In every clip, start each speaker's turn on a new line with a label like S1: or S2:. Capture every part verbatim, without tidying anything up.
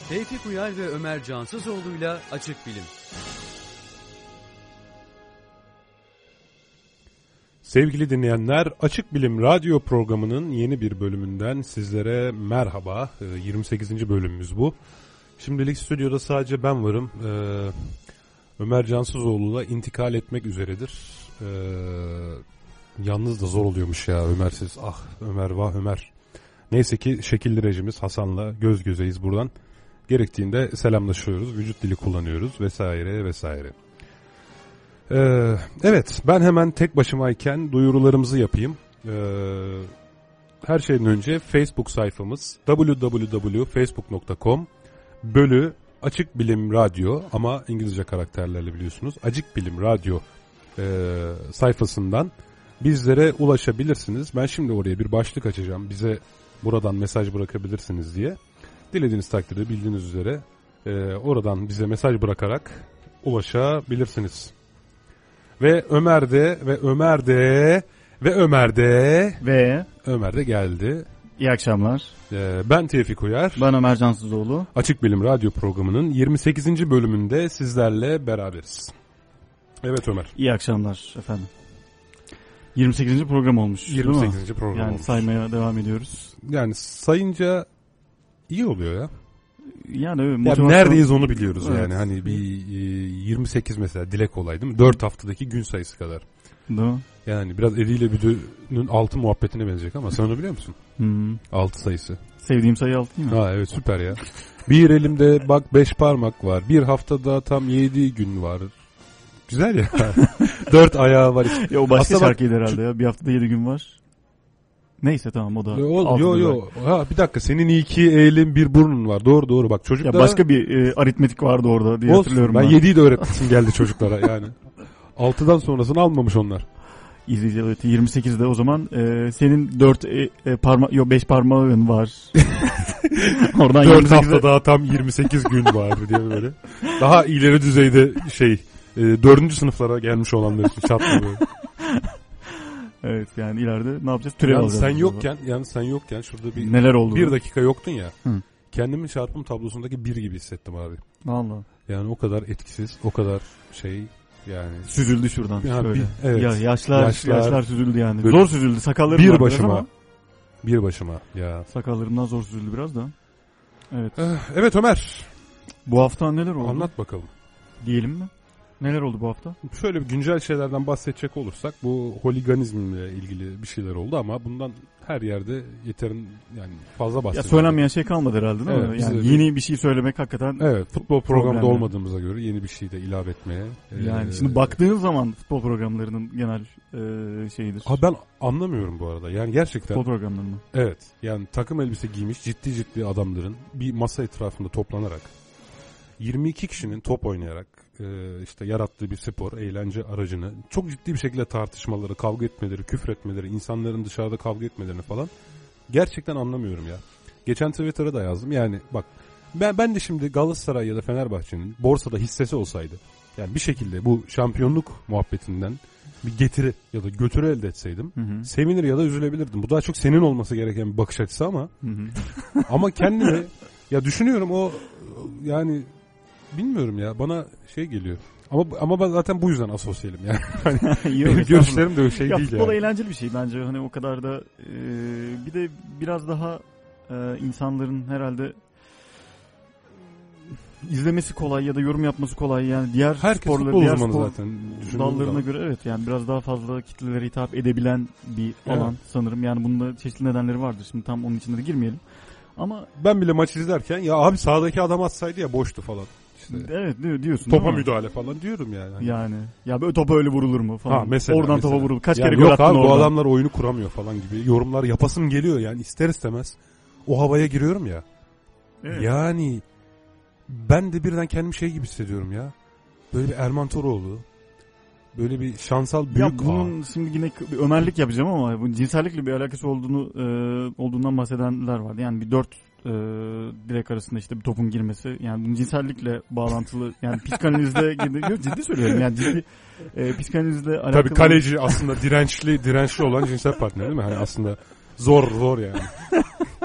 S1: Tevfik Uyar ve Ömer Cansızoğlu'yla Açık Bilim.
S2: Sevgili dinleyenler, Açık Bilim radyo programının yeni bir bölümünden sizlere merhaba. yirmi sekizinci bölümümüz bu. Şimdilik stüdyoda sadece ben varım. Ee, Ömer Cansızoğlu'la intikal etmek üzeredir. Ee, yalnız da zor oluyormuş ya Ömersiz. Ah Ömer vah Ömer. Neyse ki şekilli rejimiz Hasan'la göz gözeyiz buradan. Gerektiğinde selamlaşıyoruz, vücut dili kullanıyoruz vesaire vesaire. Ee, evet, ben hemen tek başımayken duyurularımızı yapayım. Ee, her şeyden önce Facebook sayfamız double-u double-u double-u nokta facebook nokta com bölü Açık Bilim Radyo, ama İngilizce karakterlerle biliyorsunuz. Açık Bilim Radyo e, sayfasından bizlere ulaşabilirsiniz. Ben şimdi oraya bir başlık açacağım. Bize buradan mesaj bırakabilirsiniz diye. Dilediğiniz takdirde bildiğiniz üzere e, oradan bize mesaj bırakarak ulaşabilirsiniz. Ve Ömer de ve Ömer de ve Ömer de
S3: ve
S2: Ömer de geldi.
S3: İyi akşamlar.
S2: Ee, ben Tevfik Uyar.
S3: Ben Ömer Cansızoğlu.
S2: Açık Bilim Radyo programının yirmi sekizinci bölümünde sizlerle beraberiz. Evet Ömer.
S3: İyi akşamlar efendim. yirmi sekizinci program olmuş.
S2: yirmi sekizinci program
S3: yani
S2: olmuş.
S3: saymaya devam ediyoruz.
S2: Yani sayınca iyi oluyor ya.
S3: Yani evet,
S2: motivasyon... yani neredeyiz onu biliyoruz evet. Yani hani bir yirmi sekiz mesela dile kolay değil mi? dört haftadaki gün sayısı kadar.
S3: Değil mi?
S2: Yani biraz eliyle büdüğünün altı muhabbetine benziyor ama sen onu biliyor musun?
S3: Hmm.
S2: altı sayısı.
S3: Sevdiğim sayı altı değil mi?
S2: Ha evet, süper ya. Bir elimde bak beş parmak var. Bir haftada tam yedi gün var. Güzel ya. dört ayağı var.
S3: Ya o başka aslında şarkıydı bak... herhalde ya. Bir haftada yedi gün var. Neyse tamam o da.
S2: Yo yo. yo. Ha bir dakika, senin iki elin bir burnun var. Doğru doğru bak çocuklara.
S3: Ya başka bir e, aritmetik vardı orada diye
S2: olsun,
S3: hatırlıyorum
S2: ben.
S3: Ben
S2: yediyi de öğretmişim geldi çocuklara yani. altıdan sonrasını almamış onlar.
S3: İzleyici evet, yirmi sekizde o zaman e, senin dört e, e, parma yok beş parmağın var. Oradan
S2: dört hafta daha tam yirmi sekiz gün var diye böyle. Daha ileri düzeyde şey e, dördüncü sınıflara gelmiş olanlar için çatlıyor.
S3: Evet yani ileride ne yapacağız? Türev
S2: yani
S3: alacağız.
S2: Sen yokken, yani sen yokken şurada bir
S3: neler oldu?
S2: Bir dakika yoktun ya.
S3: Hı.
S2: Kendimi çarpım tablosundaki bir gibi hissettim abi.
S3: Vallahi.
S2: Yani o kadar etkisiz, o kadar şey yani.
S3: Süzüldü şuradan.
S2: Ya,
S3: şöyle.
S2: Bir, evet.
S3: Ya yaşlar, yaşlar yaşlar süzüldü yani.
S2: Böyle
S3: zor süzüldü. Sakallarım
S2: bir
S3: var
S2: başıma.
S3: ama.
S2: Bir başıma ya.
S3: Sakallarımdan zor süzüldü biraz da. Evet.
S2: Evet Ömer.
S3: Bu hafta neler oldu?
S2: Anlat bakalım.
S3: Diyelim mi? Neler oldu bu hafta?
S2: Şöyle bir güncel şeylerden bahsedecek olursak bu holiganizmle ilgili bir şeyler oldu ama bundan her yerde yeterin yani fazla bahsediyor.
S3: Ya söylenmeyen şey kalmadı herhalde değil
S2: evet,
S3: mi? Yani yeni bir şey söylemek hakikaten.
S2: Evet, futbol programında problemli. Olmadığımıza göre yeni bir şey de ilave etmeye.
S3: Yani
S2: ee,
S3: şimdi baktığın zaman futbol programlarının genel e, şeyidir.
S2: Abi ben anlamıyorum bu arada. Yani gerçekten.
S3: Futbol programlarını.
S2: Evet. Yani takım elbise giymiş ciddi ciddi adamların bir masa etrafında toplanarak yirmi iki kişinin top oynayarak işte yarattığı bir spor, eğlence aracını çok ciddi bir şekilde tartışmaları, kavga etmeleri, küfür etmeleri, insanların dışarıda kavga etmelerini falan gerçekten anlamıyorum ya. Geçen Twitter'a da yazdım. Yani bak ben ben de şimdi Galatasaray ya da Fenerbahçe'nin borsada hissesi olsaydı, yani bir şekilde bu şampiyonluk muhabbetinden bir getiri ya da götürü elde etseydim, hı hı. sevinir ya da üzülebilirdim. Bu daha çok senin olması gereken bir bakış açısı ama hı hı. ama kendimi ya düşünüyorum o yani bilmiyorum ya, bana şey geliyor. Ama ama ben zaten bu yüzden asosyalim yani. Hani
S3: Yok,
S2: görüşlerim de öyle şey
S3: ya
S2: değil
S3: futbol
S2: yani.
S3: Eğlenceli bir şey bence. Hani o kadar da e, bir de biraz daha e, insanların herhalde izlemesi kolay ya da yorum yapması kolay yani diğer
S2: herkes
S3: sporları, diğer spor
S2: zaten
S3: dallarına göre evet yani biraz daha fazla kitlelere hitap edebilen bir alan evet. sanırım. Yani bunun da çeşitli nedenleri vardır. Şimdi tam onun içine de girmeyelim. Ama
S2: ben bile maç izlerken ya abi sağdaki adam atsaydı ya boştu falan. İşte
S3: evet diyorsun.
S2: Topa müdahale falan diyorum yani.
S3: Yani ya böyle topa öyle vurulur mu falan.
S2: Ha, mesela,
S3: oradan
S2: mesela.
S3: topa vurulur. Kaç
S2: yani
S3: kere gol attın
S2: oradan. Yok abi, bu adamlar oyunu kuramıyor falan gibi yorumlar yapasım geliyor yani ister istemez. O havaya giriyorum ya. Evet. Yani ben de birden kendimi şey gibi hissediyorum ya. Böyle bir Erman Toroğlu. Böyle bir şansal büyük.
S3: Ya bunun aa. Şimdi yine bir Ömerlik yapacağım ama bu cinsellikle bir alakası olduğunu e, olduğundan bahsedenler var. Yani bir dört e, direk arasında işte bir topun girmesi. Yani bunun cinsellikle bağlantılı. Yani psikanalizde yok ciddi söylüyorum. Yani ciddi e, psikanalizle alakalı.
S2: Tabii kaleci aslında dirençli dirençli olan cinsel partner değil mi? Hani aslında zor zor yani.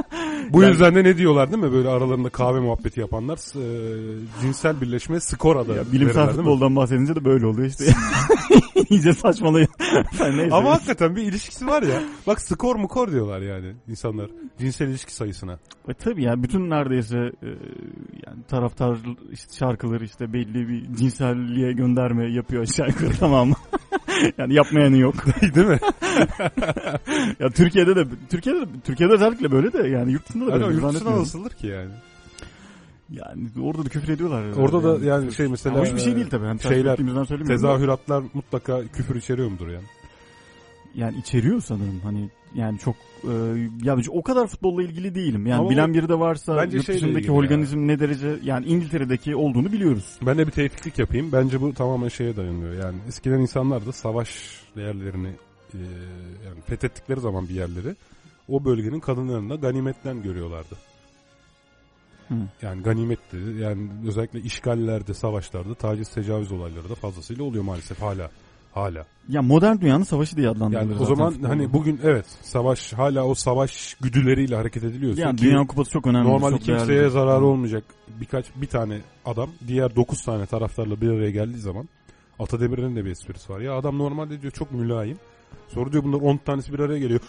S2: Bu yüzden de ne diyorlar değil mi? Böyle aralarında kahve muhabbeti yapanlar e, cinsel birleşme skor adı.
S3: Ya, bilimsel futboldan bahsedince de böyle oluyor işte. İyice saçmalıyor.
S2: Ama hakikaten bir ilişkisi var ya. Bak skor mu kor diyorlar yani insanlar cinsel ilişki sayısına.
S3: E tabii ya, bütün neredeyse e, yani taraftar işte şarkıları işte belli bir cinselliğe gönderme yapıyor aşağı yukarı, tamam mı? Yani yapmayanı yok.
S2: Değil mi?
S3: Ya Türkiye'de de Türkiye'de de, Türkiye'de özellikle böyle de yani yurt dışında da böyle.
S2: Yani yurt dışında nasıldır ki yani?
S3: Yani orada da küfür ediyorlar.
S2: Orada
S3: yani.
S2: da yani şey mesela.
S3: Hoş bir şey değil tabii. Yani
S2: şeyler, tezahüratlar da mutlaka küfür içeriyor mudur yani?
S3: Yani içeriyor sanırım hani yani çok e, ya o kadar futbolla ilgili değilim. Yani
S2: ama
S3: bilen biri de varsa yurt dışındaki holiganizm ya. Ne derece yani İngiltere'deki olduğunu biliyoruz.
S2: Ben de bir tevfiklik yapayım. Bence bu tamamen şeye dayanıyor. Yani eskiden insanlar da savaş değerlerini e, yani fethettikleri zaman bir yerleri o bölgenin kadınlarını da ganimetten görüyorlardı. Hı. Yani ganimetti. Yani özellikle işgallerde, savaşlarda taciz, tecavüz olayları da fazlasıyla oluyor maalesef hala. Hala.
S3: Ya modern dünyanın savaşı diye adlandırılır.
S2: Yani o zaman futbolu. Hani bugün evet savaş hala o savaş güdüleriyle hareket ediliyorsa.
S3: Yani Dünya Kupası çok önemli.
S2: Normalde
S3: çok
S2: kimseye
S3: değerli.
S2: zararı olmayacak birkaç bir tane adam diğer dokuz tane taraftarla bir araya geldiği zaman Atademir'in de bir esprisi var. Ya adam normalde diyor çok mülayim. Sonra diyor bunlar on tanesi bir araya geliyor.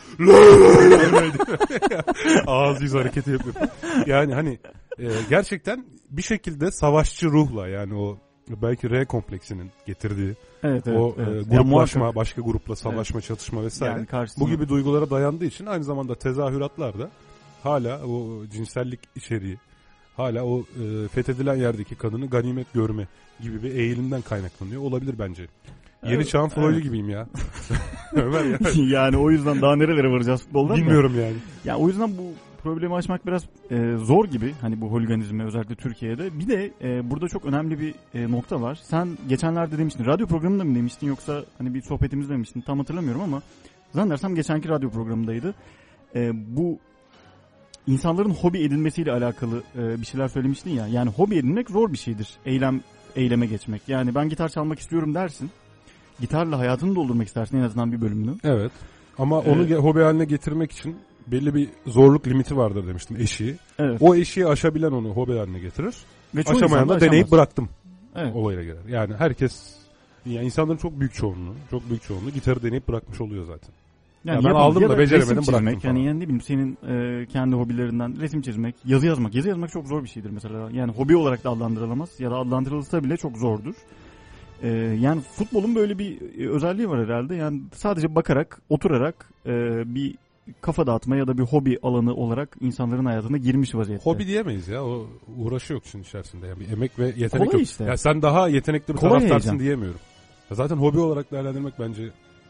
S2: Ağız yüz hareketi yapıyor. Yani hani e, gerçekten bir şekilde savaşçı ruhla yani o belki R kompleksinin getirdiği
S3: evet, evet,
S2: o
S3: evet.
S2: E, gruplaşma, ya, başka grupla savaşma, evet. çatışma vesaire. Yani bu gibi duygulara dayandığı için aynı zamanda tezahüratlarda hala o cinsellik içeriği, hala o e, fethedilen yerdeki kadını ganimet görme gibi bir eğilimden kaynaklanıyor. Olabilir bence. Yeni evet, çağın Freud'u evet. gibiyim ya. Ömer ya.
S3: Yani o yüzden daha nerelere varacağız futboldan?
S2: Bilmiyorum
S3: da.
S2: yani.
S3: Ya o yüzden bu problemi aşmak biraz e, zor gibi hani bu holiganizme özellikle Türkiye'de. Bir de e, burada çok önemli bir e, nokta var. Sen geçenlerde demiştin, radyo programında mı demiştin yoksa hani bir sohbetimizde demiştin, tam hatırlamıyorum ama zannedersem geçenki radyo programındaydı. E, bu insanların hobi edinmesiyle alakalı e, bir şeyler söylemiştin ya. Yani hobi edinmek zor bir şeydir. Eylem eyleme geçmek. Yani ben gitar çalmak istiyorum dersin. Gitarla hayatını doldurmak istersin en azından bir bölümünü.
S2: Evet. Ama ee, onu hobi haline getirmek için belli bir zorluk limiti vardır demiştim, eşiği. Evet. O eşiği aşabilen onu hobi haline getirir. Ve aşamayan da deneyip bıraktım evet. olayına girer. Yani herkes, yani insanların çok büyük çoğunluğu, çok büyük çoğunluğu gitarı deneyip bırakmış oluyor zaten. Yani, yani ben aldım da, da beceremedim bıraktım falan.
S3: Yani, yani ne bileyim senin e, kendi hobilerinden resim çizmek, yazı yazmak. Yazı yazmak çok zor bir şeydir mesela. Yani hobi olarak da adlandırılamaz ya da adlandırılsa bile çok zordur. Ee, yani futbolun böyle bir özelliği var herhalde. Yani sadece bakarak, oturarak e, bir kafa dağıtma ya da bir hobi alanı olarak insanların hayatına girmiş vaziyette.
S2: Hobi diyemeyiz ya. O uğraşı yok için içerisinde. Yani bir emek ve yetenek
S3: kolay
S2: yok.
S3: Işte.
S2: Ya sen daha yetenekli bir kolay taraftarsın heyecan. Diyemiyorum. Ya zaten hobi olarak değerlendirmek bence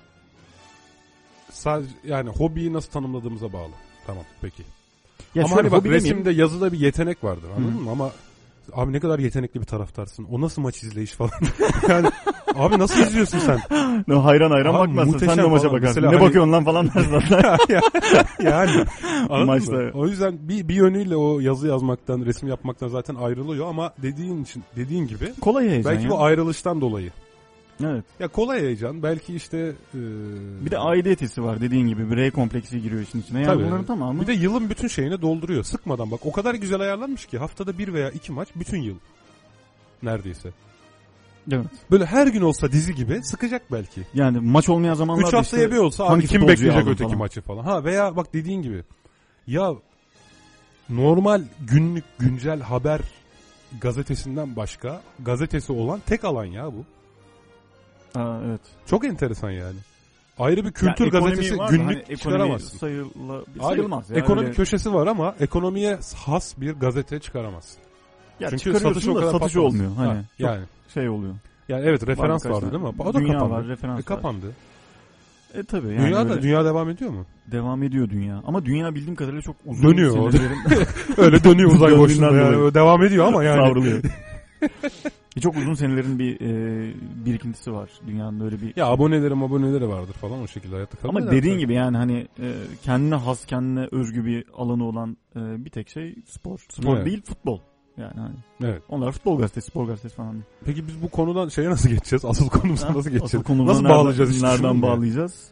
S2: sadece yani hobiyi nasıl tanımladığımıza bağlı. Tamam peki. Ya ama hani bak resimde, yazıda bir yetenek vardır. Anladın Hı. mı? Ama abi ne kadar yetenekli bir taraftarsın. O nasıl maç izleyiş falan. Yani abi nasıl izliyorsun sen?
S3: No, hayran hayran abi, bakmazsın. Sen de maça bakarsın. Ne hani... bakıyorsun lan falan dersin zaten.
S2: Yani maçta. O yüzden bir, bir yönüyle o yazı yazmaktan, resim yapmaktan zaten ayrılıyor ama dediğin için dediğin gibi
S3: kolay heyecan.
S2: Belki ya. Bu ayrılıştan dolayı.
S3: Evet.
S2: Ya kolay heyecan. Belki işte e...
S3: bir de aidiyet hissi var dediğin gibi. Bir R kompleksi giriyor işin içine. Yani
S2: tabii.
S3: Bunların tamamı.
S2: Bir de yılın bütün şeyini dolduruyor. Sıkmadan bak. O kadar güzel ayarlanmış ki haftada bir veya iki maç bütün yıl. Neredeyse.
S3: Evet.
S2: Böyle her gün olsa dizi gibi sıkacak belki.
S3: Yani maç olmayan zamanlarda
S2: üç haftaya işte bir olsa abi kim bekleyecek öteki falan. Maçı falan. Ha veya bak dediğin gibi. Ya normal günlük güncel haber gazetesinden başka gazetesi olan tek alan ya bu.
S3: Aa, evet.
S2: Çok enteresan yani. Ayrı bir kültür ya, gazetesi günlük hani çıkaramazsın.
S3: Sayıla, sayılmaz.
S2: Ya, ekonomi öyle... köşesi var ama ekonomiye has bir gazete çıkaramazsın.
S3: Ya çünkü satış o kadar satıcı olmuyor. Hani ha, yani şey oluyor.
S2: Yani evet referans var vardı değil mi? O da
S3: dünya
S2: kapandı.
S3: Var, referans
S2: e, kapandı.
S3: E tabii yani
S2: dünya da
S3: öyle...
S2: dünya devam ediyor mu?
S3: Devam ediyor dünya. Ama dünya bildiğim kadarıyla çok uzun
S2: dönüyor. Öyle dönüyor uzay boşluğunda yani. Devam ediyor ama yani.
S3: Savruluyor. Çok uzun senelerin bir e, birikintisi var dünyanın öyle bir.
S2: Ya abonelerim aboneleri vardır falan o şekilde hayatta kalıyor.
S3: Ama dediğin gibi yani hani e, kendine has kendine özgü bir alanı olan e, bir tek şey spor. Spor evet. Değil futbol. Yani hani. Evet. Onlar futbol gazetesi, spor gazetesi falan.
S2: Peki biz bu konudan şeye nasıl geçeceğiz? Asıl konumuza nasıl geçeceğiz?
S3: Asıl konumuza
S2: nasıl
S3: nereden,
S2: bağlayacağız?
S3: Nereden bağlayacağız?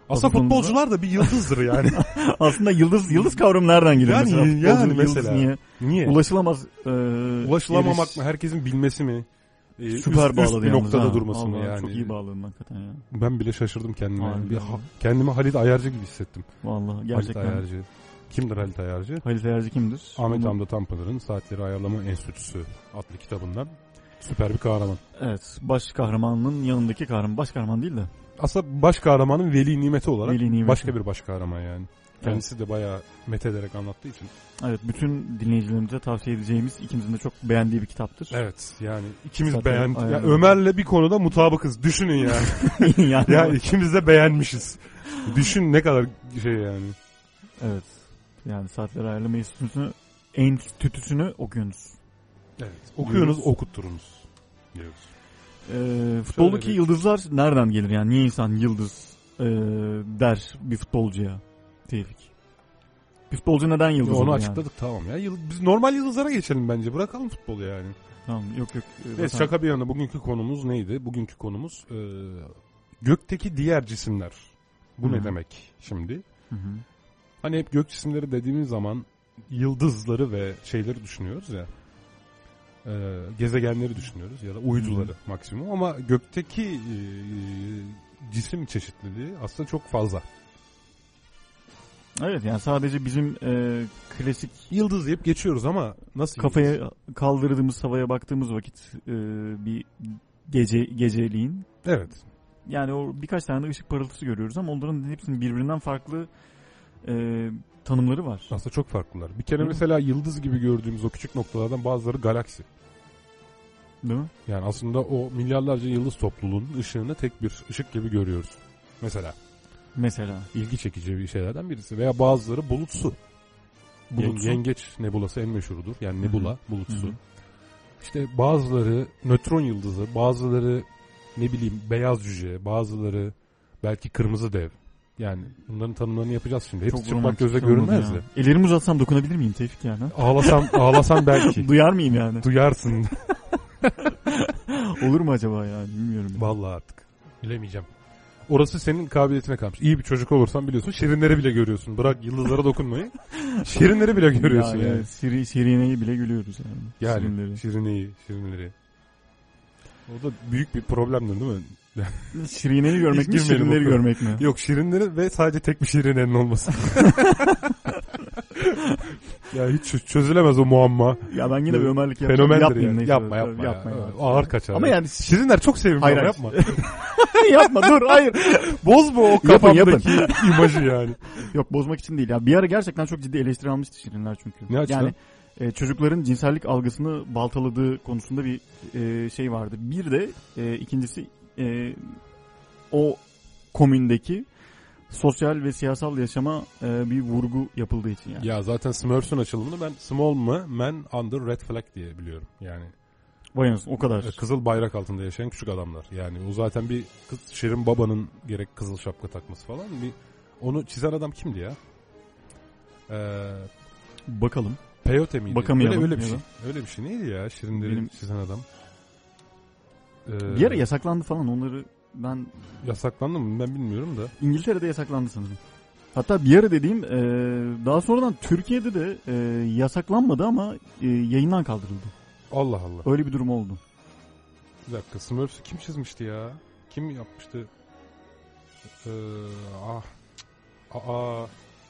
S2: Aslında futbolcular da bir yıldızdır yani.
S3: Aslında yıldız yıldız kavramı nereden geliyor
S2: yani,
S3: mesela?
S2: Yani mesela.
S3: Niye?
S2: Niye?
S3: Ulaşılamaz. E,
S2: Ulaşılamamak
S3: eriş...
S2: mı? Herkesin bilmesi mi? E,
S3: Süper
S2: üst,
S3: bağladı
S2: üst bir noktada
S3: ha.
S2: durması
S3: Allah,
S2: mı yani?
S3: Çok iyi bağladın hakikaten ya.
S2: Ben bile şaşırdım kendime.
S3: Aynen.
S2: Bir ha, kendimi Halit Ayarcı gibi hissettim.
S3: Vallahi gerçekten.
S2: Halit Ayarcı. Kimdir Halit Ayarcı?
S3: Halit Ayarcı kimdir?
S2: Ahmet
S3: Onu...
S2: Hamdi Tanpınar'ın Saatleri Ayarlama Enstitüsü adlı kitabından süper bir kahraman.
S3: Evet, baş kahramanın yanındaki kahraman. Baş kahraman değil de.
S2: Aslında baş kahramanın veli nimeti olarak
S3: veli nimeti.
S2: Başka bir baş kahraman yani. Kendisi
S3: evet.
S2: de bayağı methederek anlattığı için.
S3: Evet, bütün dinleyicilerimize tavsiye edeceğimiz, ikimizin de çok beğendiği bir kitaptır.
S2: Evet, yani ikimiz
S3: Zaten
S2: beğendik. Yani Ömer'le bir konuda mutabıkız. Düşünün yani.
S3: yani
S2: yani ikimiz de beğenmişiz. Düşün ne kadar şey yani.
S3: Evet. Yani Saatleri Ayarlama Enstitüsü'nü, enstitüsünü okuyunuz.
S2: Evet. Okuyunuz, okutturunuz diyoruz.
S3: Ee, futboldaki Şöyle yıldızlar bir... nereden gelir yani? Niye insan yıldız e, der bir futbolcuya? Tevfik. Bir futbolcu neden yıldız olur
S2: Onu
S3: yani?
S2: açıkladık tamam ya. Biz normal yıldızlara geçelim bence. Bırakalım futbolu yani.
S3: Tamam yok yok.
S2: Evet, şaka bir yana bugünkü konumuz neydi? Bugünkü konumuz e, gökteki diğer cisimler. Bu Hı-hı. ne demek şimdi?
S3: Hı-hı.
S2: Hani hep gök cisimleri dediğimiz zaman yıldızları ve şeyleri düşünüyoruz ya. E, gezegenleri düşünüyoruz ya da uyduları Hı-hı. maksimum. Ama gökteki e, cisim çeşitliliği aslında çok fazla.
S3: Evet yani sadece bizim e, klasik
S2: yıldız deyip geçiyoruz ama nasıl
S3: kafaya
S2: yıldız?
S3: Kaldırdığımız havaya baktığımız vakit e, bir gece geceliğin.
S2: Evet.
S3: Yani o birkaç tane de ışık parıltısı görüyoruz ama onların hepsinin birbirinden farklı e, tanımları var.
S2: Aslında çok farklılar. Bir kere Değil mesela mi? Yıldız gibi gördüğümüz o küçük noktalardan bazıları galaksi.
S3: Değil mi?
S2: Yani aslında o milyarlarca yıldız topluluğunun ışığını tek bir ışık gibi görüyoruz. Mesela.
S3: Mesela.
S2: İlgi çekici bir şeylerden birisi. Veya bazıları bulutsu.
S3: Bulutsu.
S2: Yengeç nebulası en meşhurudur. Yani nebula, Hı-hı. bulutsu.
S3: Hı-hı.
S2: İşte bazıları nötron yıldızı, bazıları ne bileyim beyaz cüce, bazıları belki kırmızı dev. Yani bunların tanımlarını yapacağız şimdi. Hepsi çıplak gözle görünmez de.
S3: Ellerimi uzatsam dokunabilir miyim Tevfik yani?
S2: Ağlasam, ağlasam belki.
S3: Duyar mıyım yani?
S2: Duyarsın.
S3: Olur mu acaba yani bilmiyorum. Yani.
S2: Vallahi artık bilemeyeceğim. Orası senin kabiliyetine kalmış. İyi bir çocuk olursan biliyorsun şirinleri bile görüyorsun. Bırak yıldızlara dokunmayı. Şirinleri bile görüyorsun yani. yani.
S3: Şiri, şirineyi bile gülüyoruz yani.
S2: Yani
S3: şirinleri.
S2: şirineyi, şirinleri. O da büyük bir problemdir değil mi?
S3: Şirineyi görmek mi, şirinleri görmek mi?
S2: Yok şirinleri ve sadece tek bir şirinenin olması. Ya hiç çözülemez o muamma.
S3: Ya ben yine bir Ömerlik yapacağım.
S2: Fenomendir
S3: yapmayayım
S2: yani.
S3: neyse.
S2: Yapma yapma.
S3: yapma
S2: ya.
S3: ya.
S2: Ağır kaçar.
S3: Ama
S2: ya.
S3: yani
S2: şirinler çok sevimli ama yapma.
S3: Yapma dur hayır.
S2: Bozma o kafamdaki imajı yani.
S3: Yok bozmak için değil ya. Bir ara gerçekten çok ciddi eleştiri almıştı şirinler çünkü.
S2: Ne açıdan?
S3: Yani e, çocukların cinsellik algısını baltaladığı konusunda bir e, şey vardı. Bir de e, ikincisi e, o komündeki sosyal ve siyasal yaşama e, bir vurgu yapıldığı için yani.
S2: Ya zaten Smurfs'un açılımını ben Small Man Under Red Flag diye biliyorum. Yani
S3: vay anasını, o kadar.
S2: Kızıl bayrak altında yaşayan küçük adamlar. Yani o zaten bir kız, Şirin Baba'nın gerek kızıl şapka takması falan. Bir onu çizen adam kimdi ya? Ee,
S3: Bakalım.
S2: Peyote miydi?
S3: Bakamayalım.
S2: Öyle, öyle bir şey. Öyle bir şey neydi ya? Şirinleri Benim... çizen adam.
S3: Ee, bir ara yasaklandı falan onları. Ben
S2: yasaklandı mı? Ben bilmiyorum da.
S3: İngiltere'de yasaklandı sanırım. Hatta bir ara dediğim e, daha sonradan Türkiye'de de e, yasaklanmadı ama e, yayından kaldırıldı.
S2: Allah Allah.
S3: Öyle bir durum oldu.
S2: Bir dakika Smurfs'ü kim çizmişti ya? Kim yapmıştı? Ee, ah. Aa.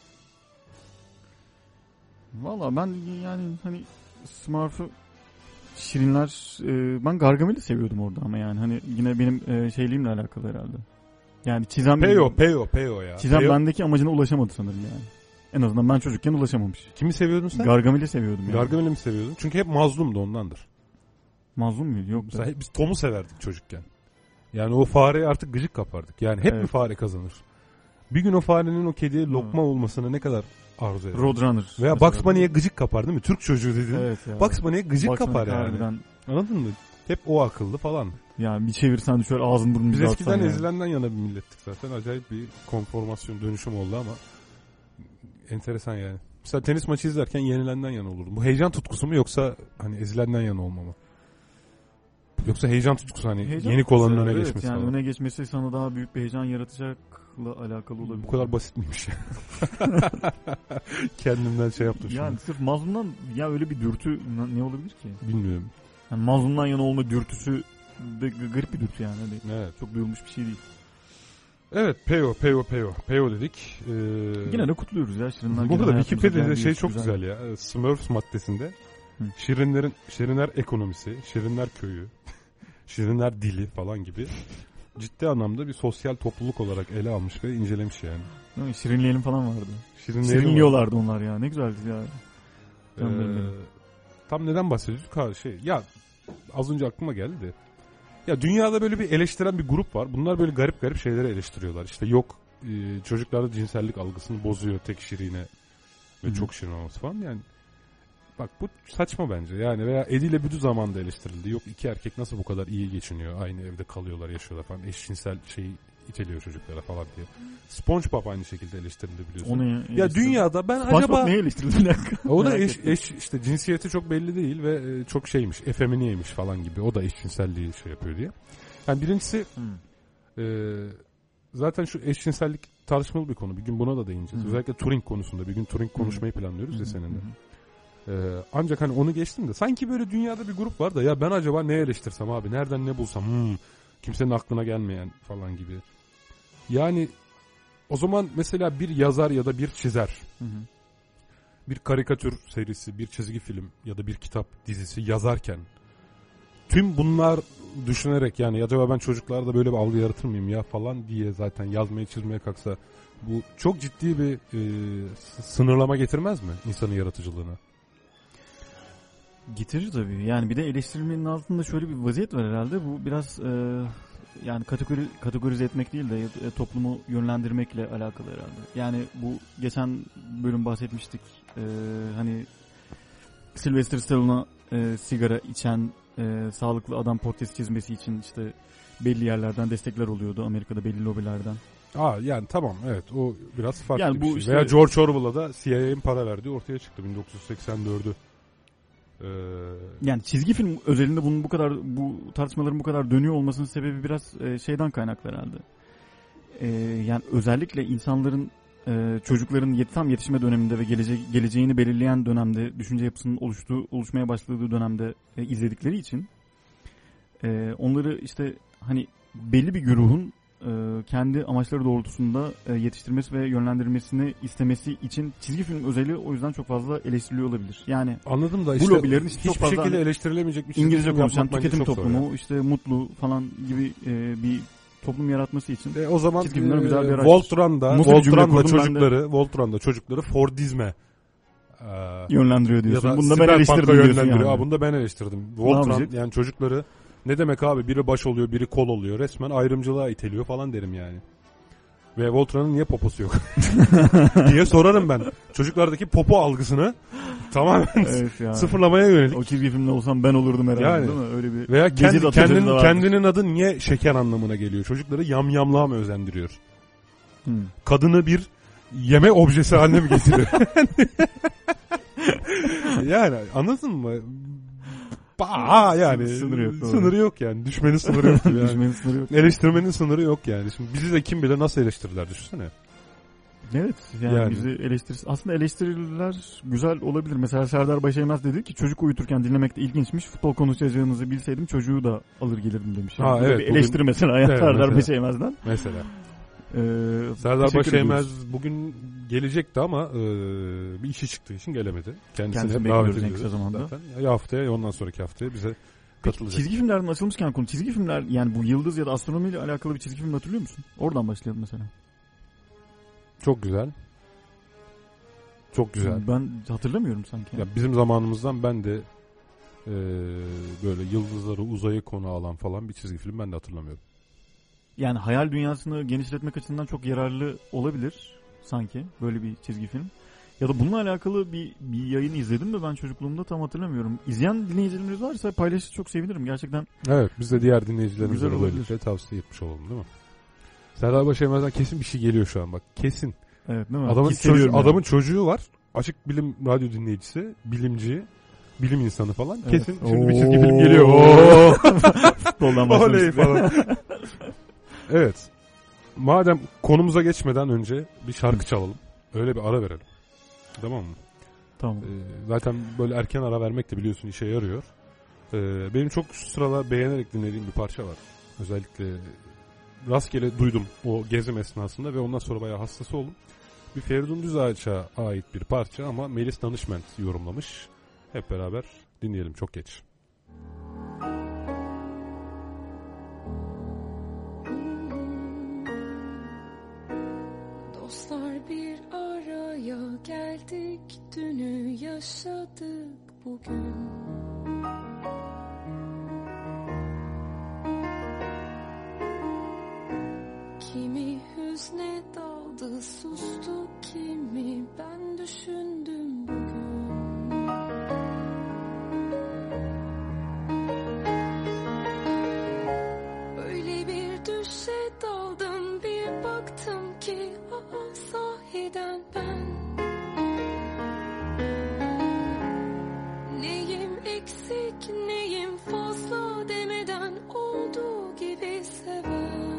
S3: Valla ben yani hani Smurf'ü Şirinler e, ben Gargamel'i seviyordum orada ama yani hani yine benim e, şeyliğimle alakalı herhalde. Yani çizen
S2: Peyo, Peyo, Peyo ya.
S3: Çizen
S2: Peyo.
S3: bendeki amacına ulaşamadı sanırım yani. En azından ben çocukken ulaşamamış.
S2: Kimi seviyordun sen?
S3: Gargamel'i seviyordum yani.
S2: Gargamel'i mi seviyordun? Çünkü hep mazlumdu ondandır.
S3: Mazlum muydu? Yok.
S2: Mesela hep biz Tom'u severdik çocukken. Yani o fareye artık gıcık kapardık. Yani hep evet. bir fare kazanır. Bir gün o farenin o kediye lokma hmm. olmasını ne kadar arzu eder.
S3: Roadrunner.
S2: Veya Bugs Bunny'ye gıcık kapar değil mi? Türk çocuğu dedin.
S3: Evet ya.
S2: Bugs Bunny'ye gıcık
S3: Bugs
S2: kapar yani.
S3: Harbiden.
S2: Anladın mı? Hep o akıllı falan.
S3: Yani bir çevirsen şöyle ağzın burnunu
S2: biz eskiden
S3: yani.
S2: ezilenden yana bir millettik zaten. Acayip bir konformasyon dönüşüm oldu ama enteresan yani. Mesela tenis maçı izlerken yenilenden yana olurdum. Bu heyecan tutkusu mu yoksa hani ezilenden yana olma mı? Yoksa heyecan tutkusu hani
S3: heyecan
S2: yenik olanın öne
S3: evet,
S2: geçmesi
S3: yani
S2: falan.
S3: Öne geçmesi sana daha büyük bir heyecan yaratacak olmakla alakalı olabilir.
S2: Bu kadar basit miymiş ya? Kendimden şey yaptım şimdi.
S3: Yani sırf mazlumdan ya öyle bir dürtü ne olabilir ki?
S2: Bilmiyorum.
S3: Yani mazlumdan yana olma dürtüsü de garip bir dürtü yani. Hani
S2: evet.
S3: Çok duyulmuş bir şey değil.
S2: Evet, Peo, Peo, Peo. Peo dedik. Ee,
S3: Yine de kutluyoruz ya. Şirinler
S2: bu da Wikipedia'da şey çok güzel, güzel ya. Smurfs maddesinde Hı. Şirinlerin, Şirinler ekonomisi, Şirinler köyü, Şirinler dili falan gibi ciddi anlamda bir sosyal topluluk olarak ele almış ve incelemiş yani.
S3: Değil mi? Şirinleyelim falan vardı.
S2: Şirinleyelim
S3: Şirinliyorlardı var. Onlar ya. Ne güzeldi ya.
S2: Ee, tam neden bahsediyoruz? Ha, şey, ya az önce aklıma geldi de. Ya dünyada böyle bir eleştiren bir grup var. Bunlar böyle garip garip şeyleri eleştiriyorlar. İşte yok e, çocuklarda cinsellik algısını bozuyor tek şirine ve Hı-hı. çok şirin olması falan. Yani bak bu saçma bence. Yani veya Eddie ile Büdü zamanında eleştirildi. Yok iki erkek nasıl bu kadar iyi geçiniyor? Aynı evde kalıyorlar, yaşıyorlar falan. Eşcinsel şeyi iteliyor çocuklara falan diye. SpongeBob aynı şekilde eleştirildi biliyorsun.
S3: Onu ya,
S2: ya dünyada ben
S3: SpongeBob
S2: acaba...
S3: SpongeBob neye eleştirildi bir dakika?
S2: O da eş, eş, işte cinsiyeti çok belli değil ve çok şeymiş, efeminiymiş falan gibi. O da eşcinselliği şey yapıyor diye. Yani birincisi hmm. e, zaten şu eşcinsellik tartışmalı bir konu. Bir gün buna da değineceğiz. Hmm. Özellikle Turing konusunda. Bir gün Turing konuşmayı planlıyoruz hmm. ya seninle. Hmm. E, ancak hani onu geçtim de sanki böyle dünyada bir grup var da ya ben acaba ne eleştirsem abi? Nereden ne bulsam? Hmm, kimsenin aklına gelmeyen falan gibi. Yani o zaman mesela bir yazar ya da bir çizer hı hı. bir karikatür serisi, bir çizgi film ya da bir kitap dizisi yazarken tüm bunlar düşünerek yani acaba ben çocuklarda böyle bir algı yaratır mıyım ya falan diye zaten yazmaya çizmeye kalksa bu çok ciddi bir e, sınırlama getirmez mi insanın yaratıcılığına?
S3: Getirir tabii. Yani bir de eleştirilmenin altında şöyle bir vaziyet var herhalde. Bu biraz e, yani kategori kategorize etmek değil de e, toplumu yönlendirmekle alakalı herhalde. Yani bu geçen bölüm bahsetmiştik. E, hani Sylvester Stallone'a e, sigara içen e, sağlıklı adam portresi çizmesi için işte belli yerlerden destekler oluyordu Amerika'da belli lobilerden.
S2: Aa yani tamam evet o biraz farklı
S3: yani bu
S2: bir şey.
S3: Işte,
S2: Veya George Orwell'a da C I A'nin para verdiği ortaya çıktı bin dokuz yüz seksen dördü. Ee...
S3: Yani çizgi film özelinde bunun bu kadar bu tartışmaların bu kadar dönüyor olmasının sebebi biraz e, şeyden kaynaklı herhalde. E, yani özellikle insanların e, çocukların yet, tam yetişme döneminde ve gelece, geleceğini belirleyen dönemde düşünce yapısının oluştuğu oluşmaya başladığı dönemde e, izledikleri için e, onları işte hani belli bir güruhun e, kendi amaçları doğrultusunda e, yetiştirmesi ve yönlendirmesini istemesi için çizgi film özelliği o yüzden çok fazla eleştiriliyor olabilir. Yani
S2: anladım da
S3: bu
S2: işte
S3: lobilerin işte
S2: hiçbir
S3: çok fazla
S2: şekilde
S3: hani
S2: eleştirilemeyecek bir şey.
S3: İngilizce konuşan tüketim toplumu işte mutlu falan gibi e, bir toplum yaratması için.
S2: E, o zaman
S3: çizgi filmler güzel bir araç.
S2: Voltran'da Voltran'da çocukları Voltran'da çocukları Fordizme
S3: e, yönlendiriyor diyorsun.
S2: Bunu da ben eleştirdim diyorsun yani. Aa, bunu da ben eleştirdim. Voltran yani çocukları ne demek abi biri baş oluyor biri kol oluyor resmen ayrımcılığa iteliyor falan derim yani. Ve Voltran'ın niye poposu yok diye sorarım ben. Çocuklardaki popo algısını tamamen evet ya. sıfırlamaya yönelik.
S3: O çizgi filmde olsam ben olurdum herhalde yani, değil mi? Öyle bir
S2: veya kendi, kendinin, kendinin adı niye şeker anlamına geliyor? Çocukları yamyamlığa mı özendiriyor? Hmm. Kadını bir yeme objesi haline mi getiriyor? Yani anladın mı? Aa yani
S3: sınırı yok,
S2: sınırı yok yani düşmenin sınırı yok yani.
S3: Düşmenin sınırı yok.
S2: Eleştirmenin sınırı yok yani. Şimdi bizi de kim bilir nasıl eleştirirler düşünsene.
S3: Evet yani, yani. bizi eleştirir. Aslında eleştiriler güzel olabilir. Mesela Serdar Başaymaz dedi ki çocuk uyuturken dinlemek de ilginçmiş. Futbol konuşacağınızı bilseydim çocuğu da alır gelirdim demiş. Yani. Ha, evet, bir eleştiri bugün... mesela evet, Serdar Başaymaz'dan.
S2: Mesela.
S3: Ee,
S2: Serdar Başaymaz bugün gelecekti ama e, bir işi çıktığı için gelemedi. Kendisini hep davet ediyoruz zaten. Ya haftaya ya ondan sonraki haftaya bize katılacak.
S3: Çizgi filmlerden açılmışken konu çizgi filmler yani bu yıldız ya da astronomiyle alakalı bir çizgi film hatırlıyor musun? Oradan başlayalım mesela.
S2: Çok güzel. Çok güzel.
S3: Ben hatırlamıyorum sanki.
S2: Ya bizim zamanımızdan ben de e, böyle yıldızları uzayı konu alan falan bir çizgi film ben de hatırlamıyorum.
S3: Yani hayal dünyasını genişletmek açısından çok yararlı olabilir sanki böyle bir çizgi film. Ya da bununla alakalı bir, bir yayın izledim mi ben çocukluğumda tam hatırlamıyorum. İzleyen dinleyicilerimiz varsa paylaşırsa çok sevinirim gerçekten.
S2: Evet biz de diğer dinleyicilerimize böylelikle tavsiye etmiş olalım değil mi? Serdar Başaymaz'dan kesin bir şey geliyor şu an bak kesin.
S3: Evet değil mi?
S2: Adamın, çocuğu, yani. adamın çocuğu var açık bilim radyo dinleyicisi bilimci bilim insanı falan evet. Kesin şimdi Oo. bir çizgi film geliyor.
S3: Futboldan başlamıştık
S2: falan. Evet. madem konumuza geçmeden önce bir şarkı çalalım. Öyle bir ara verelim. Tamam mı?
S3: Tamam.
S2: Ee, zaten böyle erken ara vermek de biliyorsun işe yarıyor. Ee, benim çok şu sıralar beğenerek dinlediğim bir parça var. Özellikle rastgele duydum o gezim esnasında ve ondan sonra bayağı hastası oldum. Bir Feridun Düzağaç'a ait bir parça ama Melis Danışment yorumlamış. Hep beraber dinleyelim, çok geç.
S4: Dostlar bir araya geldik, dünü yaşadık bugün. Kimi hüzne daldı, sustu, kimi ben düşündüm bugün. Öyle bir düşe daldım, bir baktım ki aa, sahiden ben. Neyim eksik, neyim fazla demeden olduğu gibi seven.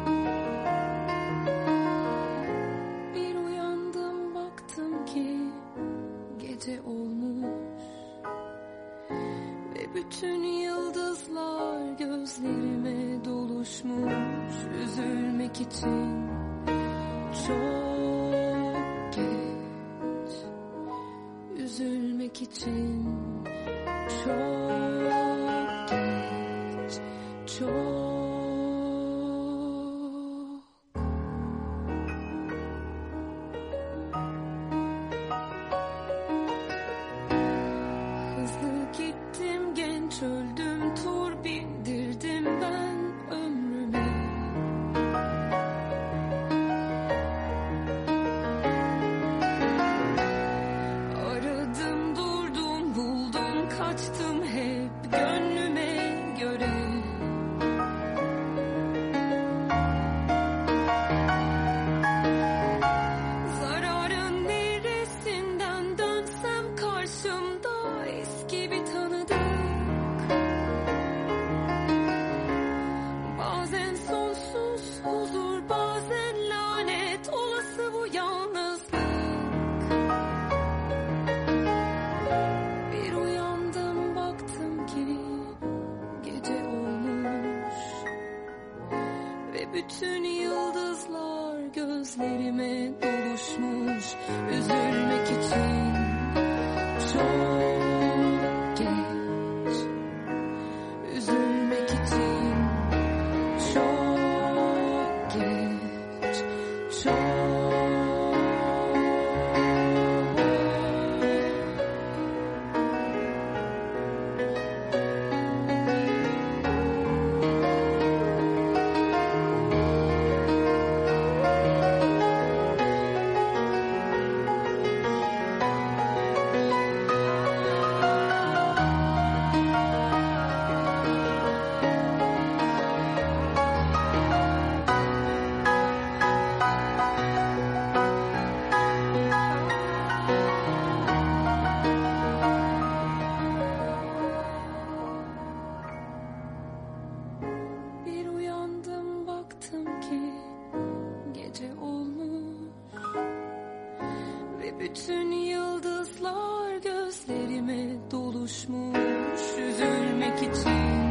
S4: Gece olmuş ve bütün yıldızlar gözlerime doluşmuş. Üzülmek için çok geç, üzülmek için çok geç, çok. Öldüm, tur bindirdim ben ömrüme. Aradım, durdum, buldum, kaçtım hep gönlüme göre. Zararın neresinden dönsem karşımda eski bir tanıdık. Bazen sonsuz huzur, bazen lanet, olası bu yalnızlık. Bir uyandım, baktım ki gece olmuş ve bütün yıldızlar gözlerime doluşmuş. Üzülmek için çok geç, üzülmek için çok geç, çok. Bütün yıldızlar gözlerime doluşmuş. Üzülmek için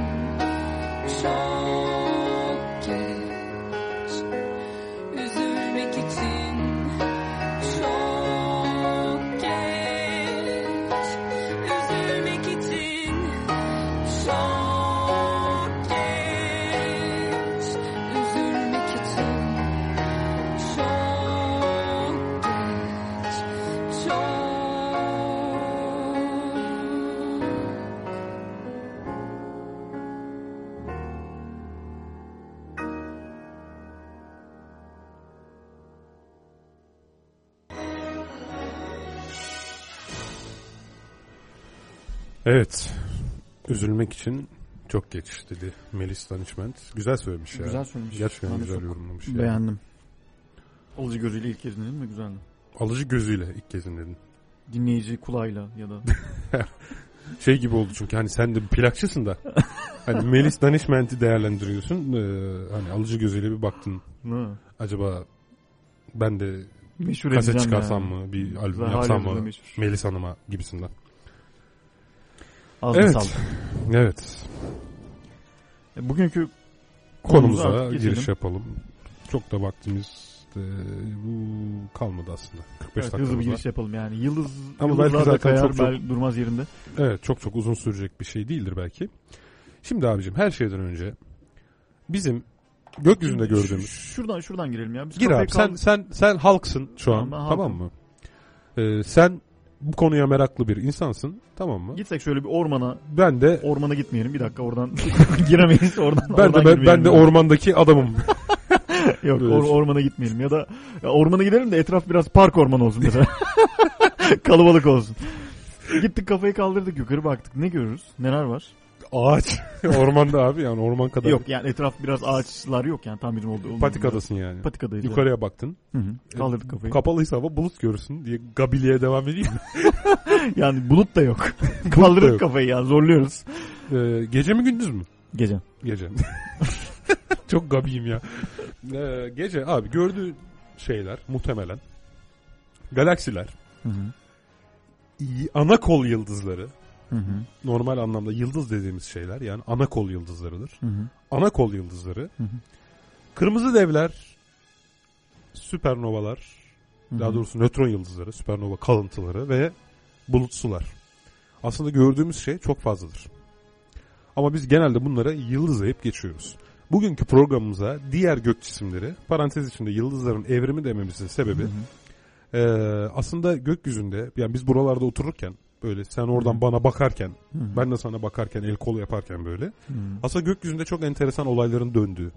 S4: çok geç, üzülmek için çok geç, üzülmek için çok geç, üzülmek için çok geç, çok.
S2: Evet. Üzülmek için çok geç dedi Melis Danışment. Güzel söylemiş ya.
S3: Güzel söylemiş.
S2: Gerçekten
S3: Ben
S2: güzel yorumlamış. Yani.
S3: Beğendim. Alıcı gözüyle ilk kez dinledim ve güzeldi.
S2: Alıcı gözüyle ilk kez dinledin.
S3: Dinleyici kulağıyla ya da.
S2: Şey gibi oldu çünkü hani sen de bir plakçısın da. Hani Melis Danişment'i değerlendiriyorsun. Ee, hani alıcı gözüyle bir baktın.
S3: Hı.
S2: Acaba ben de
S3: Meşhur
S2: kaset
S3: edeceğim
S2: çıkarsam
S3: yani.
S2: mı? Bir albüm
S3: Zaten
S2: yapsam
S3: halihazırda
S2: mı?
S3: meşhur.
S2: Melis Hanım'a gibisinden.
S3: Az da
S2: Evet.
S3: saldım.
S2: Evet.
S3: E, Bugünkü
S2: Konumuza
S3: konumuza geçelim.
S2: giriş yapalım. Çok da vaktimiz e, bu kalmadı aslında. kırk beş
S3: Evet,
S2: dakikamız
S3: hızlı bir
S2: var.
S3: giriş yapalım yani. Yıldız,
S2: Ama
S3: yıldızlar
S2: belki
S3: da
S2: zaten
S3: kayar,
S2: çok çok-
S3: bel durmaz yerinde.
S2: Evet, çok çok uzun sürecek bir şey değildir belki. Şimdi abicim her şeyden önce bizim gökyüzünde
S3: Şimdi
S2: gördüğümüz
S3: şu- Şuradan şuradan girelim ya. Biz
S2: Gir
S3: kafayı
S2: abi sen
S3: kaldır-
S2: sen sen halksın şu an,
S3: Tamam, ben
S2: tamam
S3: halkım.
S2: mı? Ee, sen bu konuya meraklı bir insansın, tamam mı?
S3: Gitsek şöyle bir ormana,
S2: Ben de
S3: ormana gitmeyelim. Bir dakika oradan giremeyiz. Oradan,
S2: ben
S3: oradan
S2: de ben, ben
S3: girmeyelim
S2: de
S3: yani.
S2: ormandaki adamım.
S3: Yok
S2: Böyle
S3: or-
S2: şey.
S3: ormana gitmeyelim ya da ya ormana gidelim de etraf biraz park ormanı olsun mesela. Kalabalık olsun. Gittik kafayı kaldırdık yukarı baktık. Ne görürüz? Neler var?
S2: Ağaç. Ormanda abi, yani orman kadar.
S3: Yok yani etraf biraz ağaçlar yok yani tam bizim olduğu.
S2: Patikadasın yani.
S3: Patikadayız.
S2: Yukarıya baktın.
S3: Yani. Hı hı. Kaldırdık kafayı.
S2: Kapalıysa hava bulut görürsün diye Gabili'ye devam edeyim mi?
S3: Yani bulut da yok.
S2: da
S3: Kaldırdık
S2: yok.
S3: kafayı ya zorluyoruz.
S2: Ee, gece mi gündüz mü?
S3: Gece.
S2: Gece. Çok gabiyim ya. Ee, gece abi gördüğün şeyler muhtemelen galaksiler,
S3: Hı hı.
S2: y- ana kol yıldızları,
S3: Hı hı.
S2: normal anlamda yıldız dediğimiz şeyler yani ana kol yıldızlarıdır.
S3: Hı hı.
S2: Ana kol yıldızları,
S3: Hı hı.
S2: kırmızı devler, süpernovalar,
S3: Hı hı.
S2: daha doğrusu nötron yıldızları, süpernova kalıntıları ve bulutsular. Aslında gördüğümüz şey çok fazladır. Ama biz genelde bunlara yıldız deyip geçiyoruz. Bugünkü programımıza diğer gök cisimleri, parantez içinde yıldızların evrimi dememizin sebebi,
S3: Hı hı.
S2: e, aslında gökyüzünde, yani biz buralarda otururken, böyle sen oradan
S3: Hı.
S2: bana bakarken,
S3: Hı hı.
S2: ben de sana bakarken, el kol yaparken böyle,
S3: Hı.
S2: aslında gökyüzünde çok enteresan olayların döndüğü